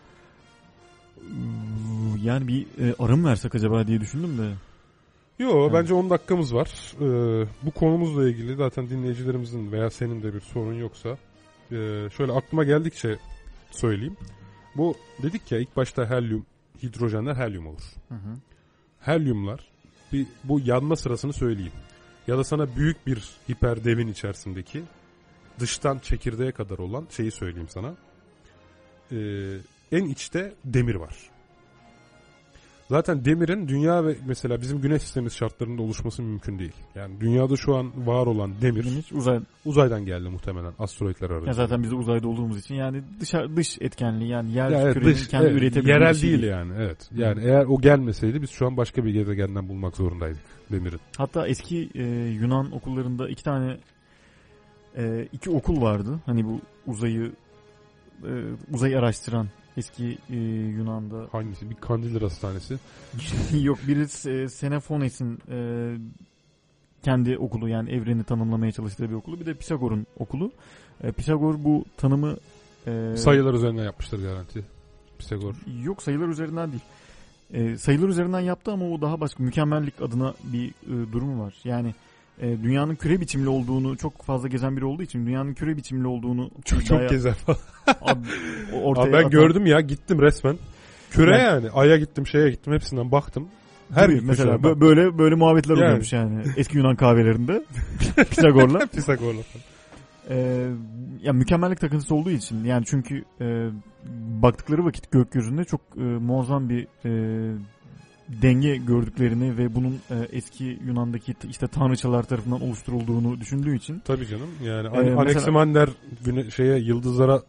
S3: Yani bir e, ara mı versek acaba diye düşündüm de.
S2: Yo yani. Bence on dakikamız var. Ee, bu konumuzla ilgili zaten dinleyicilerimizin veya senin de bir sorun yoksa e, şöyle aklıma geldikçe söyleyeyim. Bu dedik ya ilk başta helyum, hidrojenler helyum olur. Hı hı. Helyumlar bir, bu yanma sırasını söyleyeyim. Ya da sana büyük bir hiperdevin içerisindeki dıştan çekirdeğe kadar olan şeyi söyleyeyim sana. Ee, en içte demir var. Zaten demirin dünya ve mesela bizim güneş sistemimiz şartlarında oluşması mümkün değil. Yani dünyada şu an var olan demir
S3: hiç uzay
S2: uzaydan geldi muhtemelen asteroidler aracılığıyla.
S3: Zaten biz de uzayda olduğumuz için yani dışarı dış etkenliği yani yer
S2: ya evet,
S3: kürenin
S2: dış,
S3: kendi
S2: evet,
S3: üretebildiği
S2: yerel
S3: şey
S2: değil yani. Evet. Yani Hı. eğer o gelmeseydi biz şu an başka bir gezegenden bulmak zorundaydık demirin.
S3: Hatta eski e, Yunan okullarında iki tane e, iki okul vardı. Hani bu uzayı e, uzayı araştıran eski e, Yunan'da.
S2: Hangisi? Bir Kandilli Hastanesi.
S3: Yok, biri e, Xenophanes'in e, kendi okulu, yani evreni tanımlamaya çalıştığı bir okulu. Bir de Pisagor'un okulu. E, Pisagor bu tanımı e,
S2: sayılar üzerinden yapmıştır garanti. Pisagor.
S3: Yok, sayılar üzerinden değil. E, sayılar üzerinden yaptı ama o daha başka, mükemmellik adına bir e, durumu var. Yani e, dünyanın küre biçimli olduğunu, çok fazla gezen biri olduğu için dünyanın küre biçimli olduğunu
S2: çok çok gezer falan.
S3: Ab, ortaya
S2: Abi ben
S3: atan...
S2: gördüm ya, gittim resmen. Küre yani. yani. Ay'a gittim, şeye gittim, hepsinden baktım. Her
S3: bir mesela bö- böyle böyle muhabbetler yani. Oluyormuş yani eski Yunan kahvelerinde. Pisagor'la.
S2: Pisagor'la.
S3: Ee, ya mükemmellik takıntısı olduğu için, yani çünkü e, baktıkları vakit gökyüzünde çok e, muazzam bir e, denge gördüklerini ve bunun e, eski Yunan'daki işte tanrıçalar tarafından oluşturulduğunu düşündüğü için.
S2: Tabii canım. Yani ee, Anaximander mesela... şeye, yıldızlara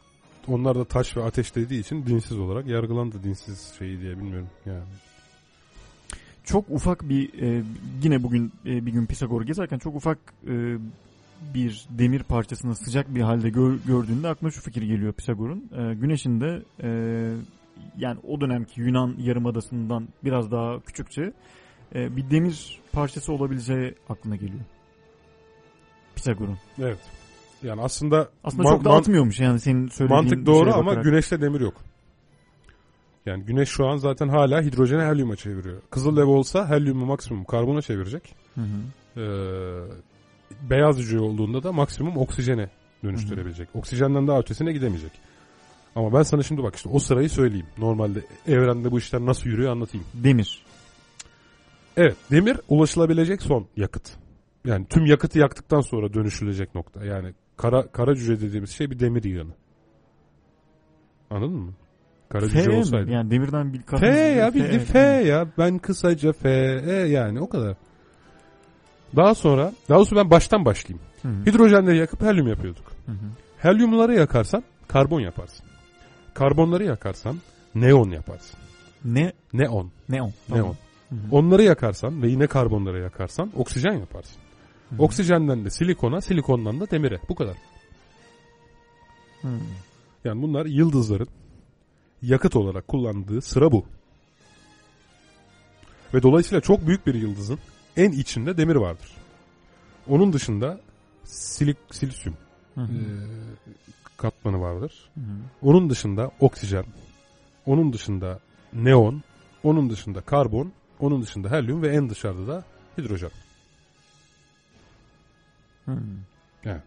S2: onlar da taş ve ateş dediği için dinsiz olarak yargılandı, dinsiz şeyi diye bilmiyorum yani.
S3: Çok ufak bir e, yine bugün e, bir gün Pisagor'u gezerken çok ufak e, bir demir parçasını sıcak bir halde gör, gördüğünde aklına şu fikir geliyor Pisagor'un. E, güneşin de e, yani o dönemki Yunan yarımadasından biraz daha küçükçe e, bir demir parçası olabileceği aklına geliyor Pisagor'un.
S2: Evet. Yani aslında
S3: aslında çok da
S2: man-
S3: atmıyormuş yani senin söylediğin
S2: mantık doğru
S3: şeye
S2: ama
S3: bakarak.
S2: güneşte demir yok. Yani güneş şu an zaten hala hidrojeni helyuma çeviriyor. Kızıl dev olsa helyumu maksimum karbona çevirecek.
S3: Hı hı.
S2: Ee, beyaz cüce olduğunda da maksimum oksijene dönüştürebilecek. Hı hı. Oksijenden daha ötesine gidemeyecek. Ama ben sana şimdi bak işte o sırayı söyleyeyim. Normalde evrende bu işler nasıl yürüyor anlatayım.
S3: Demir.
S2: Evet, demir ulaşılabilecek son yakıt. Yani tüm yakıtı yaktıktan sonra dönüşülecek nokta. Yani kara kara cüce dediğimiz şey bir demir yığını. Anladın mı? Kara cüce
S3: F
S2: olsaydı.
S3: mi? Yani demirden bir
S2: F
S3: kastımız
S2: ya
S3: değil.
S2: bildiğin F ya. Ben kısaca F e yani o kadar. Daha sonra, daha doğrusu ben baştan başlayayım.
S3: Hı hı.
S2: Hidrojenleri yakıp helyum yapıyorduk.
S3: Hı hı.
S2: Helyumları yakarsan karbon yaparsın. Karbonları yakarsan neon yaparsın.
S3: Ne?
S2: Neon.
S3: Neon.
S2: Neon.
S3: Hı hı.
S2: Onları yakarsan ve yine karbonları yakarsan oksijen yaparsın.
S3: Hı hı.
S2: Oksijenden de silikona, silikondan da demire. Bu kadar.
S3: Hı.
S2: Yani bunlar yıldızların yakıt olarak kullandığı sıra bu. Ve dolayısıyla çok büyük bir yıldızın en içinde demir vardır. Onun dışında silik, silisyum
S3: Hı hı.
S2: e, katmanı vardır.
S3: Hı hı.
S2: Onun dışında oksijen, onun dışında neon, onun dışında karbon, onun dışında helyum ve en dışarıda da hidrojen.
S3: Hı.
S2: Evet.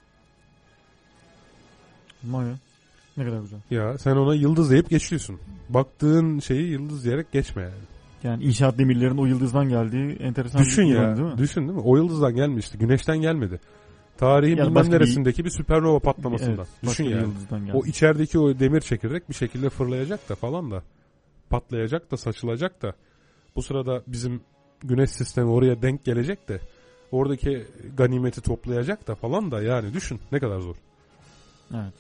S3: Vay ya. Ne kadar güzel.
S2: Ya sen ona yıldız deyip geçiyorsun. Baktığın şeyi yıldız diyerek geçme yani.
S3: Yani inşaat demirlerin o yıldızdan geldiği enteresan
S2: Düşün
S3: bir
S2: ya.
S3: durum değil mi?
S2: Düşün değil mi? O yıldızdan gelmişti. Güneşten gelmedi. Tarihin
S3: Yani
S2: bilmem
S3: başka bir-
S2: neresindeki bir süpernova patlamasından.
S3: Evet,
S2: Düşün
S3: başka bir
S2: yani.
S3: yıldızdan geldi.
S2: O içerideki o demir çekirdek bir şekilde fırlayacak da falan da patlayacak da saçılacak da bu sırada bizim güneş sistemi oraya denk gelecek de oradaki ganimeti toplayacak da falan da yani düşün ne kadar zor.
S3: Evet.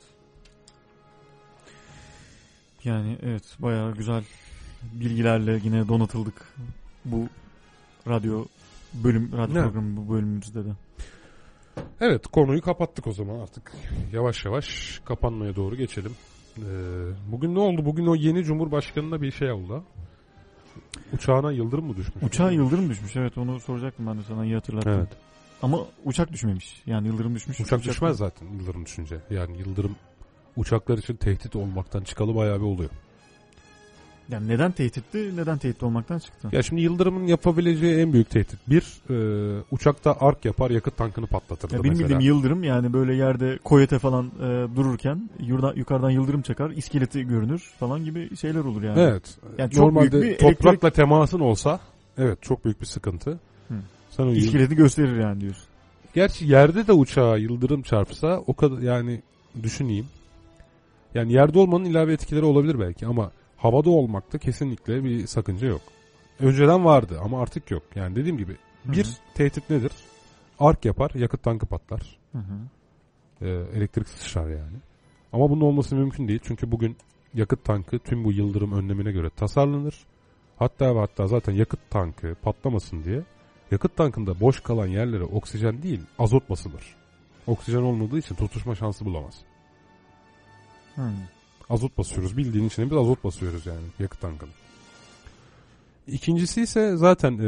S3: Yani evet bayağı güzel bilgilerle yine donatıldık bu radyo bölüm radyo
S2: Evet.
S3: programı bu bölümümüzde de.
S2: Evet konuyu kapattık o zaman artık yavaş yavaş kapanmaya doğru geçelim. Ee, bugün ne oldu? Bugün o yeni Cumhurbaşkanı'na bir şey oldu. Uçağına yıldırım mı düşmüş?
S3: Uçağa yıldırım düşmüş, evet, onu soracaktım ben de sana, iyi hatırlattın.
S2: Evet.
S3: Ama uçak düşmemiş, yani yıldırım düşmüş.
S2: Uçak düşmez zaten yıldırım düşünce. Yani yıldırım uçaklar için tehdit olmaktan çıkalı bayağı bir oluyor.
S3: Yani neden tehditti, neden tehdit olmaktan çıktı?
S2: Ya şimdi yıldırımın yapabileceği en büyük tehdit. Bir, e, uçakta ark yapar, yakıt tankını patlatırdı
S3: Ya benim
S2: mesela.
S3: bildiğim yıldırım yani böyle yerde koyete falan e, dururken yurda, yukarıdan yıldırım çakar, iskeleti görünür falan gibi şeyler olur yani.
S2: Evet.
S3: Yani çok
S2: Normalde
S3: büyük bir
S2: toprakla
S3: elektrik...
S2: temasın olsa evet çok büyük bir sıkıntı.
S3: Hı.
S2: Sen o
S3: İskeleti gösterir yani diyorsun.
S2: Gerçi yerde de uçağa yıldırım çarpsa o kadar yani düşüneyim. Yani yerde olmanın ilave etkileri olabilir belki ama havada olmakta kesinlikle bir sakınca yok. Önceden vardı ama artık yok. Yani dediğim gibi bir
S3: Hı-hı.
S2: tehdit nedir? Ark yapar, yakıt tankı patlar.
S3: Hı hı.
S2: Ee, elektrik sıçrar yani. Ama bunun olması mümkün değil. Çünkü bugün yakıt tankı tüm bu yıldırım önlemine göre tasarlanır. Hatta ve hatta zaten yakıt tankı patlamasın diye yakıt tankında boş kalan yerlere oksijen değil azot basılır. Oksijen olmadığı için tutuşma şansı bulamaz.
S3: Hı.
S2: Azot basıyoruz. Bildiğin içine bir azot basıyoruz yani yakıt tankının. İkincisi ise zaten ee,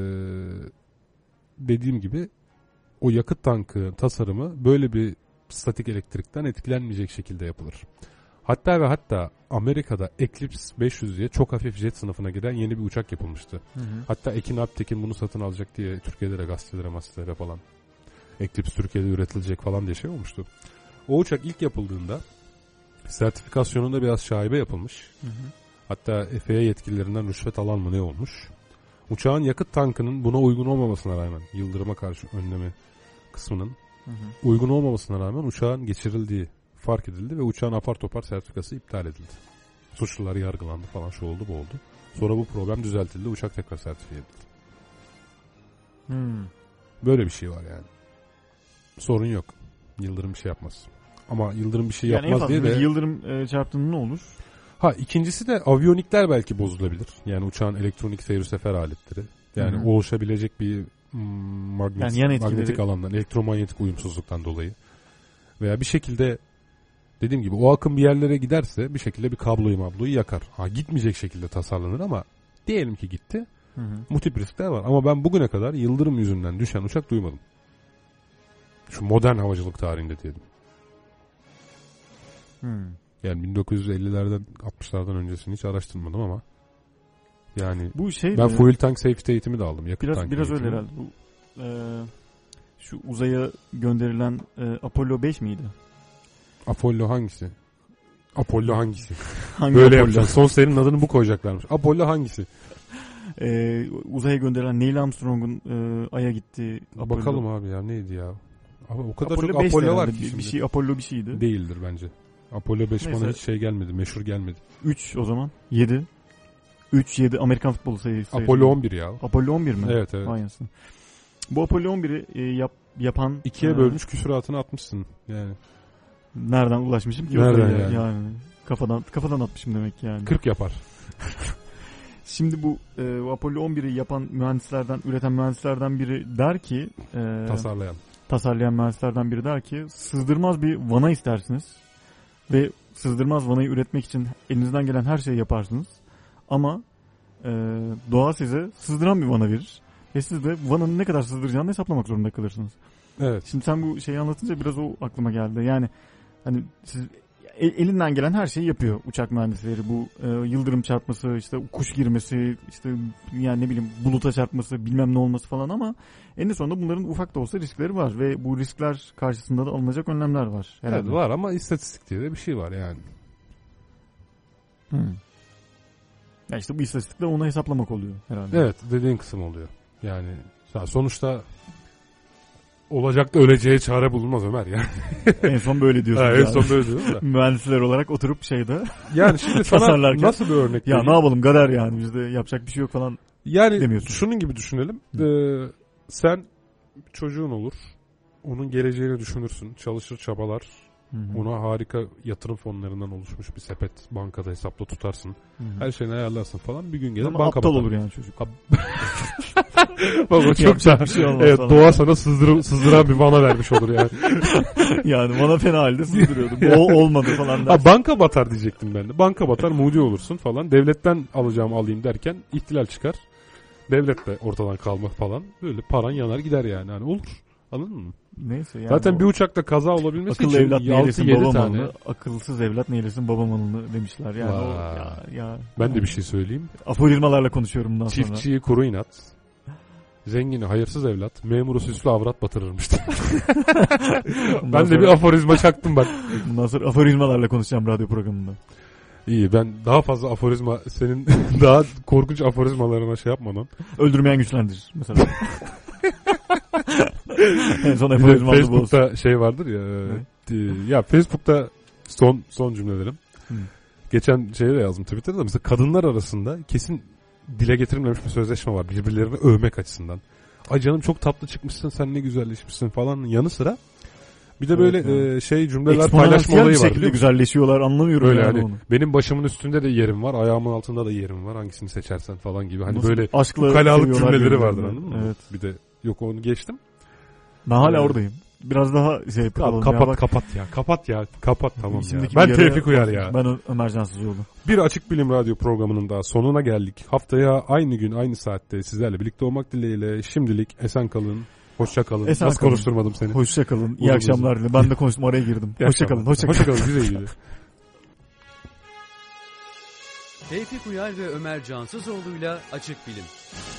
S2: dediğim gibi o yakıt tankı tasarımı böyle bir statik elektrikten etkilenmeyecek şekilde yapılır. Hatta ve hatta Amerika'da Eclipse beş yüz diye çok hafif jet sınıfına giren yeni bir uçak yapılmıştı.
S3: Hı hı.
S2: Hatta Ekin Alptekin bunu satın alacak diye Türkiye'de de gazetelere, gazetelere falan Eclipse Türkiye'de üretilecek falan diye şey olmuştu. O uçak ilk yapıldığında sertifikasyonunda biraz şaibe yapılmış.
S3: Hı hı.
S2: Hatta F A A yetkililerinden rüşvet alan mı ne olmuş. Uçağın yakıt tankının buna uygun olmamasına rağmen yıldırıma karşı önlemi kısmının
S3: Hı hı.
S2: uygun olmamasına rağmen uçağın geçirildiği fark edildi ve uçağın apar topar sertifikası iptal edildi. Suçlular yargılandı falan, şu oldu bu oldu. Sonra bu problem düzeltildi, uçak tekrar sertifiye edildi.
S3: Hı.
S2: Böyle bir şey var yani. Sorun yok. Yıldırım bir şey yapmaz. Ama Yıldırım bir şey
S3: Yani en
S2: yapmaz
S3: fazla
S2: diye de.
S3: Yıldırım e, çarptığında ne olur?
S2: Ha ikincisi de aviyonikler belki bozulabilir. Yani uçağın elektronik seyir sefer aletleri. Yani
S3: Hı-hı.
S2: oluşabilecek bir mm, magnet,
S3: Yani yan etkileri-
S2: magnetik alandan, elektromanyetik uyumsuzluktan dolayı. Veya bir şekilde dediğim gibi o akım bir yerlere giderse bir şekilde bir kabloyu mabloyu yakar. Ha gitmeyecek şekilde tasarlanır ama diyelim ki gitti.
S3: Hı hı.
S2: Bu tip riskler var. Ama ben bugüne kadar Yıldırım yüzünden düşen uçak duymadım. Şu modern havacılık tarihinde diyelim.
S3: Hı.
S2: Yani bin dokuz yüz ellilerden altmışlardan öncesini hiç araştırmadım ama yani
S3: Bu şey
S2: ben
S3: de-
S2: fuel tank safety eğitimi de aldım. Yakıt
S3: biraz
S2: tank
S3: biraz
S2: eğitimi.
S3: öyle herhalde. Bu e, şu uzaya gönderilen e, Apollo beş miydi?
S2: Apollo hangisi? Apollo hangisi?
S3: Hangi
S2: Böyle
S3: Apollo?
S2: yapacaksın. Son serinin adını bu koyacaklarmış. Apollo hangisi?
S3: E, uzaya gönderilen Neil Armstrong'un e, Ay'a gittiği Apollo.
S2: Bakalım abi ya neydi ya? Ama o kadar
S3: Apollo
S2: çok
S3: beşti
S2: Apollo var
S3: herhalde.
S2: ki
S3: bir,
S2: şimdi.
S3: bir şey Apollo bir şeydi.
S2: Değildir bence. Apollo beş
S3: Neyse.
S2: bana hiç şey gelmedi. Meşhur gelmedi.
S3: üç o zaman. yedi. üç yedi Amerikan futbolu sayısı.
S2: Apollo on bir ya.
S3: Apollo on bir mi?
S2: Evet evet.
S3: Aynısı. Bu Apollo on biri e, yap, yapan
S2: İkiye
S3: e,
S2: bölmüş küsuratını atmışsın. Yani
S3: nereden ulaşmışım ki?
S2: Nereden
S3: Oraya?
S2: yani?
S3: yani? Kafadan kafadan atmışım demek ki yani.
S2: kırk yapar.
S3: Şimdi bu e, Apollo on biri yapan mühendislerden, üreten mühendislerden biri der ki e,
S2: Tasarlayan.
S3: tasarlayan mühendislerden biri der ki sızdırmaz bir vana istersiniz ve sızdırmaz vanayı üretmek için elinizden gelen her şeyi yaparsınız ama e, doğa size sızdıran bir vana verir ve siz de vananın ne kadar sızdıracağını hesaplamak zorunda kalırsınız.
S2: Evet.
S3: Şimdi sen bu şeyi anlatınca biraz o aklıma geldi. Yani hani siz el- elinden gelen her şeyi yapıyor uçak mühendisleri. Bu e, yıldırım çarpması, işte kuş girmesi, işte yani ne bileyim buluta çarpması, bilmem ne olması falan ama en sonunda bunların ufak da olsa riskleri var ve bu riskler karşısında da alınacak önlemler var herhalde.
S2: Evet var ama istatistik diye de bir şey var yani.
S3: Hmm. Ya işte bu istatistikler onu hesaplamak oluyor herhalde.
S2: Evet dediğin kısım oluyor. Yani sonuçta olacak da öleceğe çare bulunmaz Ömer ya.
S3: En son böyle diyorsun.
S2: Ha, en
S3: yani.
S2: son böyle diyorum da.
S3: Mühendisler olarak oturup şeyde
S2: Yani şimdi sana
S3: Tasarlarken-
S2: nasıl bir örnek
S3: ya
S2: vereyim?
S3: ne yapalım kader yani bizde yapacak bir şey yok falan.
S2: Yani
S3: demiyorsun.
S2: şunun gibi düşünelim. Ee, sen çocuğun olur. Onun geleceğini düşünürsün. Çalışır çabalar.
S3: Hı hı.
S2: Ona harika yatırım fonlarından oluşmuş bir sepet bankada hesapla tutarsın.
S3: Hı hı.
S2: Her şeyini ayarlarsın falan. Bir gün gelir
S3: Ama
S2: banka
S3: aptal
S2: batar.
S3: olur yani çocuk.
S2: Baba çok
S3: Yapacak
S2: da
S3: bir şey olmaz
S2: evet,
S3: falan.
S2: doğa sana sızdır, sızdıran bir vana vermiş olur yani.
S3: Yani bana fena halde sığdırıyordu. Bu o- olmadı falan der.
S2: Ha, banka batar diyecektim ben de. Banka batar mudi olursun falan. Devletten alacağım alayım derken ihtilal çıkar. Devlet de ortadan kalmak falan. Böyle paran yanar gider yani. Hani olur. Anladın mı?
S3: Neyse yani.
S2: Zaten
S3: o
S2: bir uçakta kaza olabilmesi
S3: akıllı
S2: için
S3: evlat
S2: altı
S3: neylesin
S2: yedi
S3: baba
S2: tane.
S3: malını, akılsız evlat neylesin baba malını demişler. Yani o,
S2: Vay.
S3: ya, ya.
S2: Ben de bir şey söyleyeyim.
S3: Aforizmalarla konuşuyorum bundan sonra.
S2: Çiftçiyi kuru inat. Zengini hayırsız evlat. Memuru süslü avrat batırırmış.
S3: Bundan
S2: Ben de
S3: sonra-
S2: bir aforizma çaktım bak.
S3: Bundan sonra aforizmalarla konuşacağım radyo programında.
S2: İyi ben daha fazla aforizma senin daha korkunç aforizmalarına şey yapmadan.
S3: Öldürmeyen güçlendirir mesela. En son
S2: Bir de
S3: aforizmamda bu olsun.
S2: Facebook'ta şey vardır ya. e, Ya Facebook'ta son son cümlelerim.
S3: Hı.
S2: Geçen şeyde de yazdım Twitter'da mesela kadınlar arasında kesin dile getirilmemiş bir sözleşme var birbirlerini övmek açısından. Ay canım çok tatlı çıkmışsın sen ne güzelleşmişsin falan yanı sıra bir de böyle
S3: Evet,
S2: e, şey cümleler
S3: Eksponansiyel
S2: paylaşma
S3: bir
S2: olayı var
S3: şekilde
S2: biliyor musun?
S3: güzelleşiyorlar anlamıyorum
S2: Böyle
S3: yani
S2: hani
S3: onu.
S2: benim başımın üstünde de yerim var ayağımın altında da yerim var hangisini seçersen falan gibi. Hani
S3: Nasıl
S2: böyle
S3: aşkla
S2: ukalalık
S3: seviyorlar
S2: cümleleri vardır
S3: birbirlerini.
S2: anladın mı?
S3: Evet.
S2: Bir de yok onu geçtim.
S3: Ben hala
S2: Evet.
S3: oradayım. Biraz daha şey yapalım.
S2: Tamam,
S3: ya.
S2: kapat
S3: Bak,
S2: kapat ya kapat ya kapat tamam ya.
S3: içimdeki
S2: Ben
S3: bir
S2: Tevfik
S3: yara-
S2: Uyar ya.
S3: Ben Ö- Ömer Cansızoğlu.
S2: Bir Açık Bilim Radyo programının daha sonuna geldik. Haftaya aynı gün aynı saatte sizlerle birlikte olmak dileğiyle şimdilik esen kalın. Hoşça kalın.
S3: Esen
S2: Nasıl
S3: kalın.
S2: konuşturmadım seni?
S3: Hoşça kalın. İyi
S2: Uzun
S3: akşamlar dile. Ben de konuştum araya girdim.
S2: İyi
S3: Hoşça
S2: akşamlar.
S3: kalın. Hoşça kalın.
S2: Hoşça kalın. Güzel güzel.
S1: Tevfik Uyar ve Ömer Cansızoğlu'yla Açık Bilim.